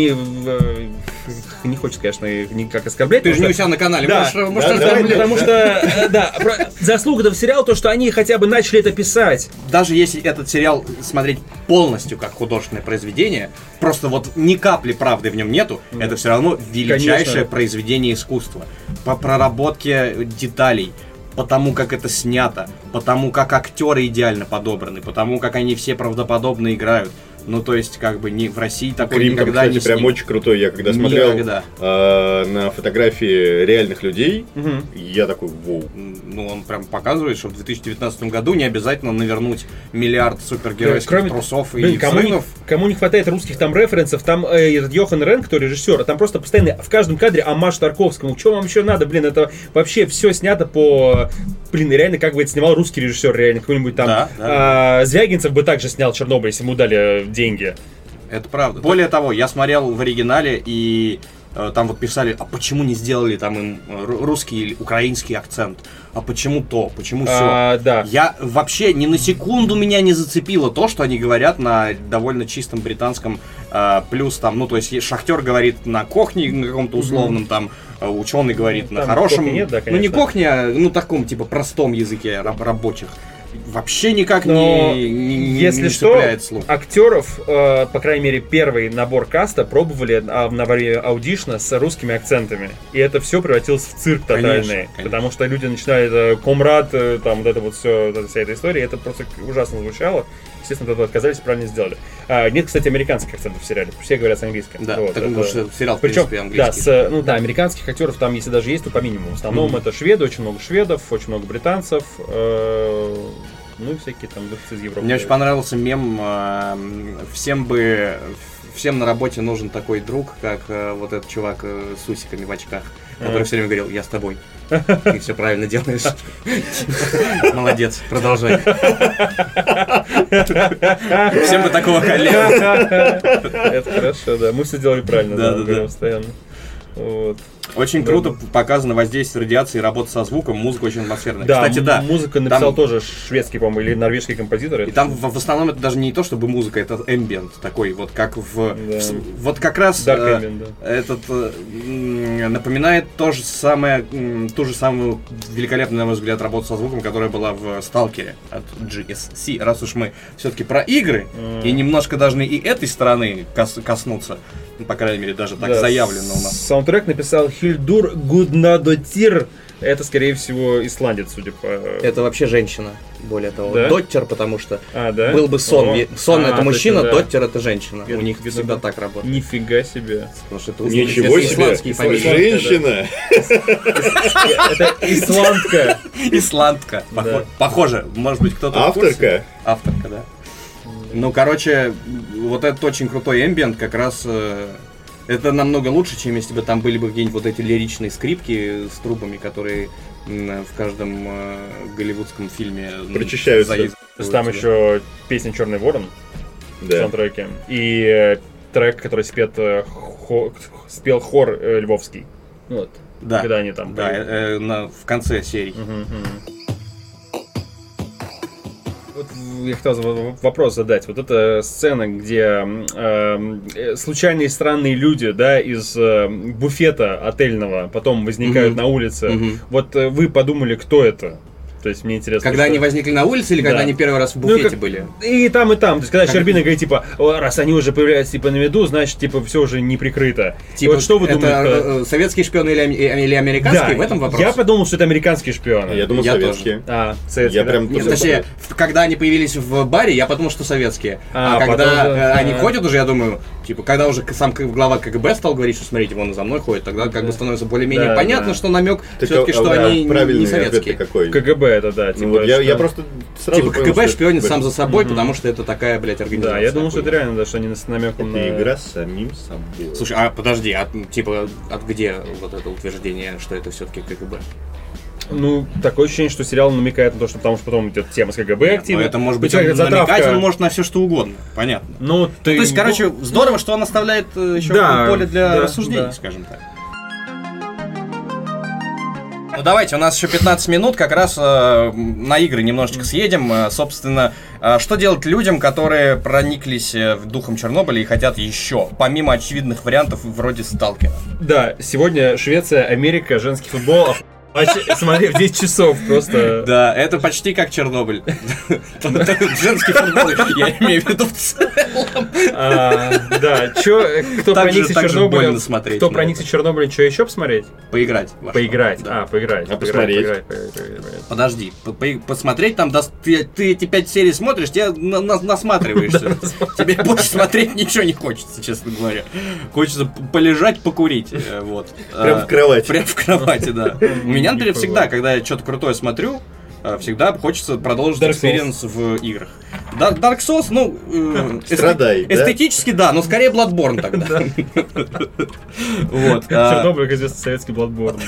не хочется, конечно, никак оскорблять. Ты же не у себя на канале, потому что заслуга этого сериала то, что они хотя бы начали это писать. Даже если этот сериал смотреть полностью как художественное произведение, просто ни капли правды в нем нету, это все равно величайшее произведение искусства. По проработке деталей, по тому, как это снято, по тому, как актеры идеально подобраны, по тому, как они все правдоподобно играют. То есть, в России такое никогда не прям очень крутой. Я когда смотрел на фотографии реальных людей, я такой, воу. Он прям показывает, что в 2019 году не обязательно навернуть миллиард супергеройских трусов и взрывов. Кому не хватает русских референсов, там этот Йохан Рен, кто режиссер, там просто постоянно в каждом кадре оммаж Тарковскому. Что вам еще надо, это вообще все снято по... реально, как бы это снимал русский режиссер, реально, какой-нибудь Звягинцев бы также снял Чернобыль, если ему дали деньги. Это правда. Более того, я смотрел в оригинале, и там вот писали, а почему не сделали там им русский или украинский акцент? А почему то? Почему все? Да. Я вообще ни на секунду меня не зацепило то, что они говорят на довольно чистом британском, плюс там, ну, то есть шахтер говорит на кохне на каком-то условном, там, ученый говорит на хорошем, нет, да, ну, не кохне, а, ну, таком, типа, простом языке рабочих. Вообще никак не цепляет слух. Актеров, по крайней мере, первый набор каста пробовали на время аудишна с русскими акцентами. И это все превратилось в цирк тотальный. Конечно. Потому что люди начинали комрад, там вот это вот все, вся эта история, это просто ужасно звучало. Естественно, от этого отказались и правильно сделали. Нет, кстати, американских акцентов в сериале. Все говорят с английским. Да, вот, потому что сериал, в принципе, английский. Да, американских актеров там, если даже есть, то по минимуму. В основном это шведы, очень много шведов, очень много британцев. Ну и всякие там выходцы из Европы. Мне очень понравился мем. Всем на работе нужен такой друг, как вот этот чувак с усиками в очках, который все время говорил: я с тобой. Ты все правильно делаешь. Молодец, продолжай. Всем бы такого коллегу. Это хорошо, да. Мы все делали правильно, да, постоянно. Вот. Очень круто показано воздействие радиации и работа со звуком, музыка очень атмосферная. Да, кстати, да. Музыка написал тоже шведский, по-моему, или норвежский композитор. И там в основном это даже не то, чтобы музыка, это эмбиент такой, вот как вот как раз этот напоминает ту же самую великолепную, на мой взгляд, работу со звуком, которая была в Сталкере от GSC. Раз уж мы все-таки про игры, и немножко должны и этой стороны коснуться, по крайней мере, даже так заявлено у нас. Саундтрек написал Хильдур Гуднадотир. Это, скорее всего, исландец, судя по... Это вообще женщина, более того. Да? Доттер, потому что да? был бы сон. Сон это мужчина, да. Доттер это женщина. У них всегда так работает. Нифига себе. Потому что это ничего себе. Женщина. Это исландка. Исландка. Похоже. Может быть, кто-то... Авторка. Авторка, да. Ну, короче, вот этот очень крутой эмбиент как раз... Это намного лучше, чем если бы там были бы где-нибудь вот эти лиричные скрипки с трубами, которые в каждом голливудском фильме прочищаются. Там еще песня «Черный ворон» в саундтреке. И трек, который спел хор львовский. Вот. Да. Когда они там... Да, в конце серии. Вот я хотел вопрос задать. Вот эта сцена, где случайные странные люди, да, из буфета отельного потом возникают на улице. Вот вы подумали, кто это? То есть мне интересно. Когда они возникли на улице или когда они первый раз в буфете были? И там, и там. То есть когда Щербина говорит, типа, раз они уже появляются типа на виду, значит, типа, все уже не прикрыто. Типа, вот что вы думаете? Это советские шпионы или американские, в этом вопрос? Я подумал, что это американские шпионы. Я думал, советские. Советские. Нет, точнее, когда они появились в баре, я подумал, что советские. А когда они ходят уже, я думаю, типа, когда уже сам глава КГБ стал говорить, что смотрите, вон за мной ходит, тогда как бы становится более-менее понятно, что намек все-таки, что они не советские. КГБ это, да. Типа, я просто сразу типа КГБ шпионит сам за собой, потому что это такая, блядь, организация. Да, я думал, что это реально, да, что они с намеком на... игра с самим собой. Слушай, подожди, от где вот это утверждение, что это все-таки КГБ? Ну, такое ощущение, что сериал намекает на то, что потому что потом идет тема с КГБ активно. Это может быть намекать, он может на все что угодно, понятно. Ну, то есть, короче, здорово, что он оставляет еще поле для рассуждений, скажем так. Ну давайте, у нас еще 15 минут, как раз на игры немножечко съедем. Собственно, что делать людям, которые прониклись духом Чернобыля и хотят еще, помимо очевидных вариантов вроде Сталкера? Да, сегодня Швеция, Америка, женский футбол. Смотри, в 10 часов просто... Да, это почти как Чернобыль. Женский футбол, я имею в виду в целом. Да, кто проникся Чернобылем, кто проникся Чернобылем, что еще посмотреть? Поиграть. Поиграть, посмотреть. Подожди, посмотреть там, ты эти 5 серий смотришь, тебе насматриваешься. Тебе больше смотреть ничего не хочется, честно говоря. Хочется полежать, покурить. Прям в кровати. Прям в кровати, да. У меня, например, всегда, когда я что-то крутое смотрю, всегда хочется продолжить экспириенс в играх. Dark Souls, ну, эстетически, да, но скорее Bloodborne тогда. Чернобыль, как известно, советский Bloodborne.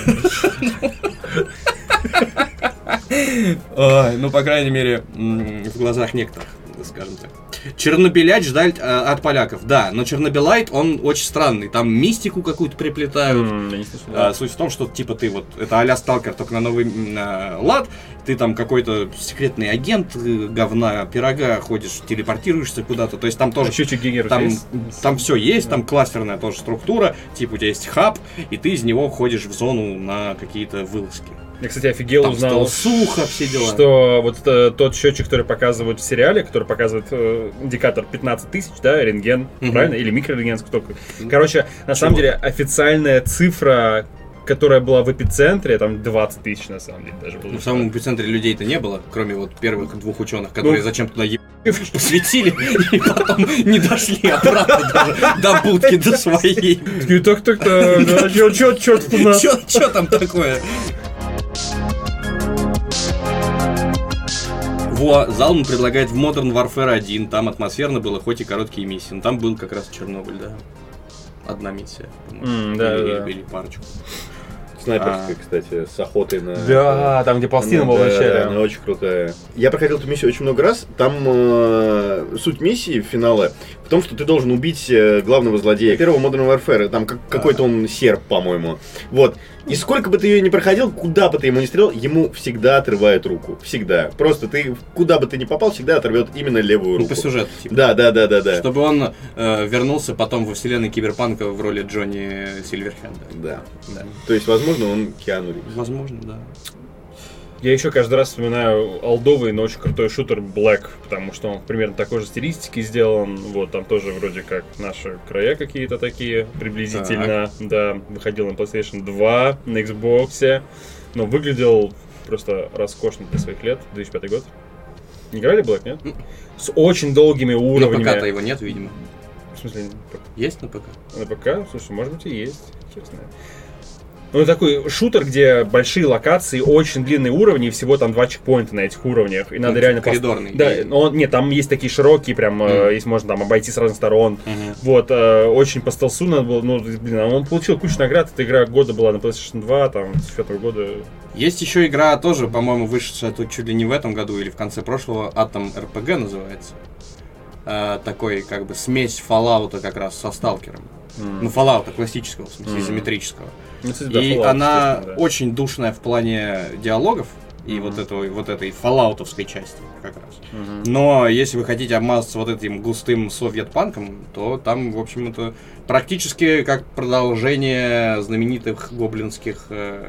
Ну, по крайней мере, в глазах некоторых, скажем так. Чернобылять ждать от поляков, да, но Чернобылайт, он очень странный, там мистику какую-то приплетают. Суть в том, что типа ты вот, это а-ля Сталкер, только на новый лад, ты там какой-то секретный агент говна, пирога, ходишь, телепортируешься куда-то, то есть там тоже... Там все есть, там кластерная тоже структура, типа у тебя есть хаб, и ты из него ходишь в зону на какие-то вылазки. Я, кстати, офигел, там узнал, сухо, все дела. Что вот тот счетчик, который показывают в сериале, который показывает индикатор 15 тысяч, да, рентген, правильно? Или микрорентген, сколько. Короче, на самом деле, официальная цифра, которая была в эпицентре, там 20 тысяч, на самом деле, даже было. В самом эпицентре людей-то не было, кроме вот первых двух ученых, которые зачем-то туда посветили и потом не дошли обратно даже до будки, до своей. Так, чё у нас? Чё там такое? Залман предлагает в Modern Warfare 1, там атмосферно было, хоть и короткие миссии, но там был как раз Чернобыль, да. Одна миссия, по-моему. Или парочку. Снайперская, кстати, с охотой на... Да, там, где пластина была вначале. Да, она очень крутая. Я проходил эту миссию очень много раз. Там суть миссии, финала, в том, что ты должен убить главного злодея первого Modern Warfare. Там какой-то он серб, по-моему. Вот. И сколько бы ты ее ни проходил, куда бы ты ему ни стрелял, ему всегда отрывает руку. Всегда. Просто ты, куда бы ты ни попал, всегда оторвет именно левую руку. По сюжету, типа. Да. Чтобы он вернулся потом во вселенной Киберпанка в роли Джонни Сильверхенда. Да. То есть, возможно, он Киану Ривз. Возможно, да. Я еще каждый раз вспоминаю олдовый, но очень крутой шутер Black, потому что он примерно такой же стилистики сделан. Вот, там тоже вроде как наши края какие-то такие, приблизительно. Так. Да, выходил на PlayStation 2, на Xbox, но выглядел просто роскошно для своих лет, 2005 год. Не играли Black, нет? С очень долгими уровнями. На ПК-то его нет, видимо. В смысле? Есть на ПК? На ПК? Слушай, может быть и есть, честно. Ну, такой шутер, где большие локации, очень длинные уровни, и всего там 2 чекпоинта на этих уровнях. И надо реально... Коридорный. Да, нет, там есть такие широкие, прям, если можно там обойти с разных сторон. Вот, очень по стелсу надо было, ну, блин, он получил кучу наград. Эта игра года была на PlayStation 2, там, с 2004 года. Есть еще игра тоже, по-моему, вышедшая тут чуть ли не в этом году или в конце прошлого, Atom RPG называется. Такой, как бы, смесь Fallout как раз со Сталкером. Ну, Fallout классического, в смысле, изометрического. Ну, кстати, да, и Fallout, она очень душная в плане диалогов и вот этой фоллаутовской части как раз. Но если вы хотите обмазаться вот этим густым совет-панком, то там, в общем, это практически как продолжение знаменитых гоблинских...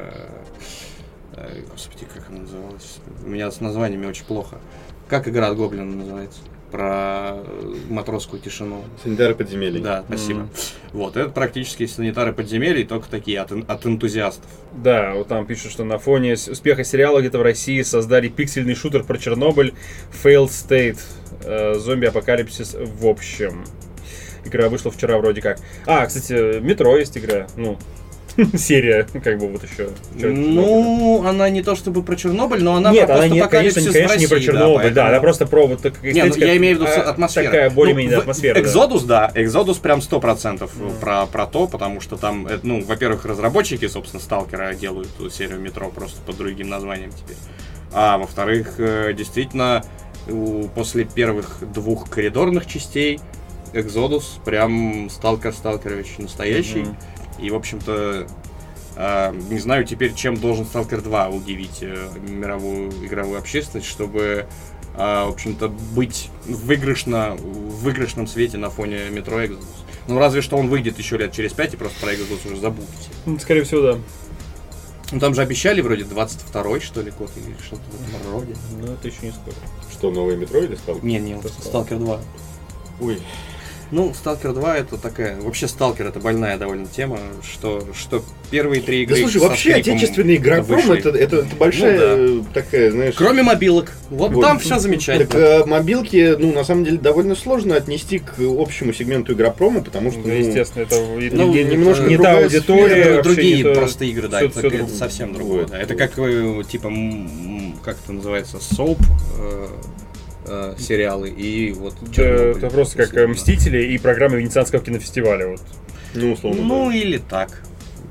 Господи, как она называлась? У меня с названиями очень плохо. Как игра от Гоблина называется? Про матросскую тишину. Санитары подземелий. Да, спасибо. Вот, это практически санитары подземелий, только такие от энтузиастов. Да, вот там пишут, что на фоне успеха сериала где-то в России создали пиксельный шутер про Чернобыль Failed State. Зомби-апокалипсис в общем. Игра вышла вчера вроде как. Кстати, Метро есть игра. Ну, серия, как бы вот еще. Ну, она не то чтобы про Чернобыль, но она нет, про постапокалипсис в России. Не про Чернобыль, да, она просто про вот такая эстетика. Я имею в виду атмосферу. Такая более-менее атмосфера. Exodus, да, Exodus прям 100% про то, потому что там, ну, во-первых, разработчики, собственно, Сталкера делают серию Метро просто под другим названием теперь. А во-вторых, действительно, после первых 2 коридорных частей Exodus прям Сталкерович настоящий. И, в общем-то, не знаю теперь, чем должен Stalker 2 удивить мировую игровую общественность, чтобы, в общем-то, быть в выигрышном свете на фоне Metro Exodus. Ну, разве что он выйдет еще лет через 5 и просто про Exodus уже забудете. Скорее всего, да. Ну, там же обещали вроде 22-й, что ли, год или что-то в этом роде. Ну, это еще не скоро. Что, новое Метро или Stalker? Не, Stalker 2. Ой. Ну, Stalker 2 это такая... Вообще, Stalker это больная довольно тема, что первые 3 игры... Да слушай, вообще отечественный игропром это большая такая, знаешь... Кроме мобилок. Вот там все замечательно. Так мобилки, ну, на самом деле, довольно сложно отнести к общему сегменту игропрома, потому что... Ну, естественно, это немножко не та аудитория. Другие просто игры, да, это совсем другое. Это как, типа, как это называется, соуп... сериалы и вот... Это просто как «Мстители» и программа Венецианского кинофестиваля. Вот. Ну, условно. Ну, или так.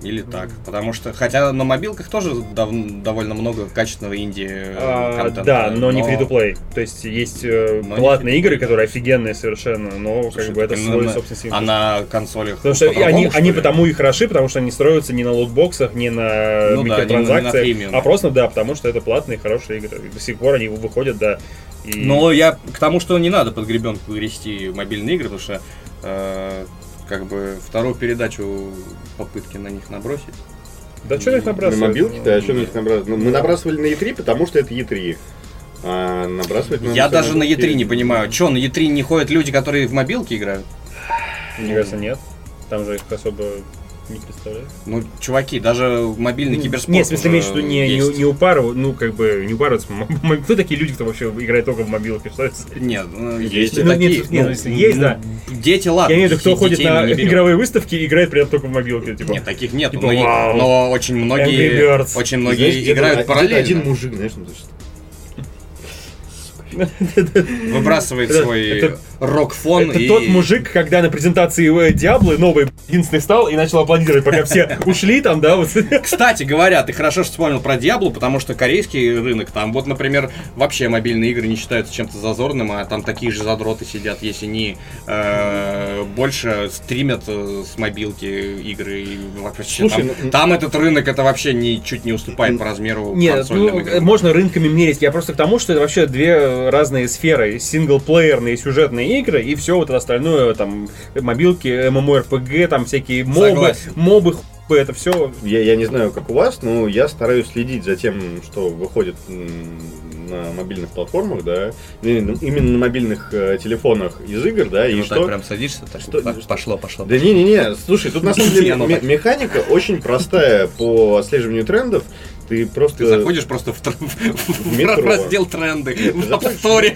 Или так. Потому что, хотя на мобилках тоже довольно много качественного инди-контента. Да, но не free-to-play. То есть есть платные игры, которые офигенные совершенно, но как бы это свой собственный синтез. А на консолях... Потому что они потому и хороши, потому что они строятся не на лутбоксах, не на микротранзакциях, а просто, да, потому что это платные хорошие игры. До сих пор они выходят, да. Но я к тому, что не надо под гребенку грести мобильные игры, потому что как бы вторую передачу попытки на них набросить. Да что на них набрасывать? На мобилке-то, а что на них набрасывать? Ну, мы набрасывали на E3, потому что это E3. А набрасывать я даже на E3 не понимаю. Что, на E3 не ходят люди, которые в мобилке играют? Мне кажется, нет. Там же их особо не представляют. Ну, чуваки, даже мобильный киберспорт. Нет, в смысле, имеешь в виду не упарывать, ну, как бы, не упарываться. Кто такие люди, кто вообще играет только в мобилке? Что это? Нет, есть и такие. Есть, да. Дети, ладно. Я имею в виду, кто ходит на игровые выставки и играет при этом только в мобилке. Типа. Нет, таких нет. Но очень многие играют параллельно. Один мужик, знаешь, выбрасывает свой рок-фон. Это тот мужик, когда на презентации Диаблы новый единственный встал и начал аплодировать, пока все ушли там, да? Вот. Кстати говоря, ты хорошо что вспомнил про Диаблу, потому что корейский рынок там, вот, например, вообще мобильные игры не считаются чем-то зазорным, а там такие же задроты сидят, если не больше стримят с мобилки игры. И вообще, слушай, там этот рынок, это вообще чуть не уступает по размеру консольным играм. Можно рынками мерить. Я просто к тому, что это вообще две разные сферы. Синглплеерные сюжетные игры и все вот это остальное, там, мобилки, MMORPG, там всякие мобы, это все. Я не знаю, как у вас, но я стараюсь следить за тем, что выходит на мобильных платформах, да, именно на мобильных телефонах из игр, да, и что... так прям садишься, так что пошло. Да не, слушай, тут на самом деле механика очень простая по отслеживанию трендов. Ты заходишь просто в раздел тренды в App Store.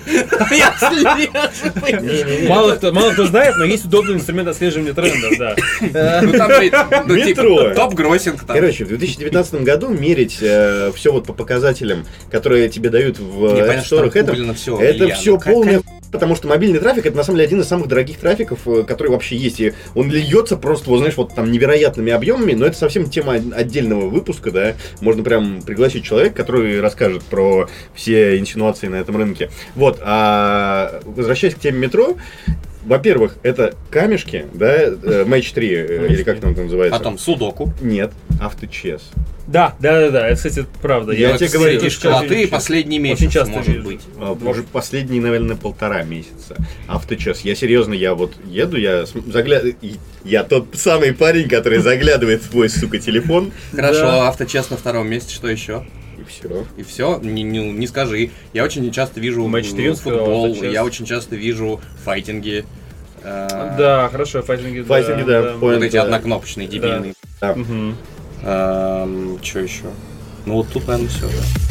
Мало кто знает, но есть удобный инструмент отслеживания трендов, да. Метро. Топ-гроссинг. Короче, в 2019 году мерить все вот по показателям, которые тебе дают в App Store, это все полное. Потому что мобильный трафик — это на самом деле один из самых дорогих трафиков, который вообще есть. И он льется просто, вот, знаешь, вот там невероятными объемами, но это совсем тема отдельного выпуска, да. Можно прям пригласить человека, который расскажет про все инсинуации на этом рынке. Вот, а возвращаясь к теме метро, во-первых, это камешки, да, Match 3, или как там это называется? Потом судоку. Нет, авточес. Да, это, кстати, правда. Я тебе говорю, школоты последний месяц, очень часто может быть. Уже последние, наверное, 1,5 месяца. Авточас. Я серьезно, я вот еду, я тот самый парень, который заглядывает в свой, сука, телефон. Хорошо, авточас на втором месте, что еще? И все? Не скажи. Я очень часто вижу футбол, я очень часто вижу файтинги. Да, хорошо, файтинги, да. Вот эти однокнопочные, дебильные. Да. Что еще? Ну вот тут, наверное, все.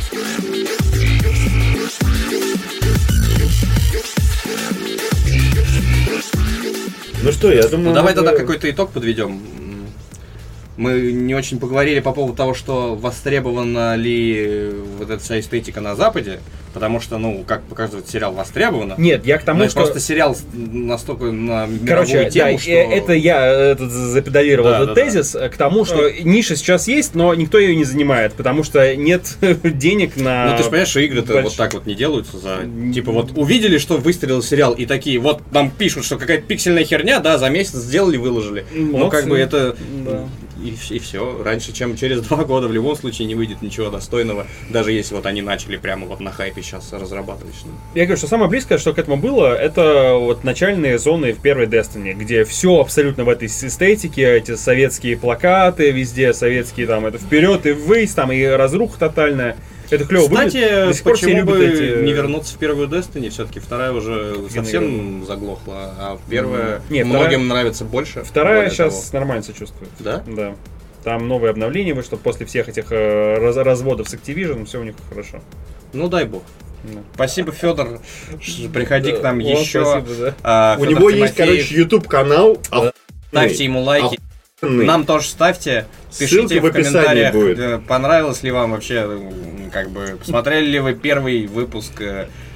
Ну что, я думаю... давай тогда какой-то итог подведем. Мы не очень поговорили по поводу того, что востребована ли вот эта вся эстетика на Западе, потому что, как показывает сериал, востребовано. Нет, я к тому, что... Просто сериал настолько на мировую тему, что... это я запедалировал этот тезис к тому, что ниша сейчас есть, но никто ее не занимает, потому что нет денег на... Ну, ты же понимаешь, что игры-то вот так вот не делаются за... Типа вот увидели, что выстрелил сериал, и такие, вот нам пишут, что какая-то пиксельная херня, да, за месяц сделали, выложили. Ну, как бы это... И все. Раньше, чем через 2 года в любом случае не выйдет ничего достойного, даже если вот они начали прямо вот на хайпе сейчас разрабатывать. Я говорю, что самое близкое, что к этому было, это вот начальные зоны в первой Destiny, где все абсолютно в этой эстетике, эти советские плакаты, везде советские, там, это вперед и ввысь, там, и разруха тотальная. Это клево будет. Кстати, почему бы не вернуться в первую Destiny? Все-таки вторая уже совсем заглохла, а первая многим нравится больше. Вторая сейчас нормально себя чувствует. Да? Да. Там новые обновления вышло после всех этих разводов с Activision, все у них хорошо. Ну дай бог. Да. Спасибо, Федор. Приходи к нам еще. Спасибо, да. У него есть, короче, YouTube канал. Ставьте ему лайки. Нам тоже ставьте. Пишите в комментариях, понравилось ли вам вообще, как бы, посмотрели ли вы первый выпуск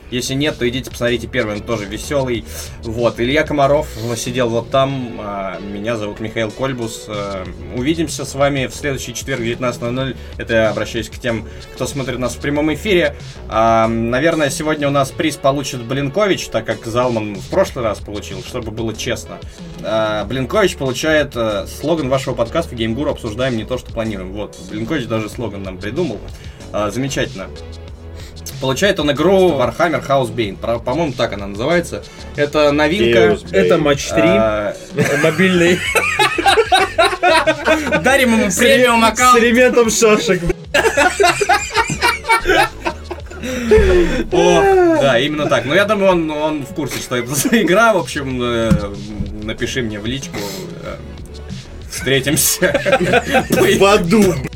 Если нет, то идите посмотрите первый, он тоже веселый. Вот, Илья Комаров сидел вот там, меня зовут Михаил Кольбус. Увидимся с вами в следующий четверг 19:00. Это я обращаюсь к тем, кто смотрит нас в прямом эфире. Наверное, сегодня у нас приз получит Блинкович, так как Залман в прошлый раз получил, чтобы было честно. Блинкович получает слоган вашего подкаста Game Guru «Обсуждаем не то, что планируем». Вот, Блинкович даже слоган нам придумал. Замечательно. Получает он игру Warhammer Chaos Bane. По-моему, так она называется. Это новинка. Это матч 3. Мобильный. Дарим ему премиум аккаунт. С элементом шашек. Да, именно так. Но я думаю, он в курсе, что это за игра. В общем, напиши мне в личку. Встретимся. В аду,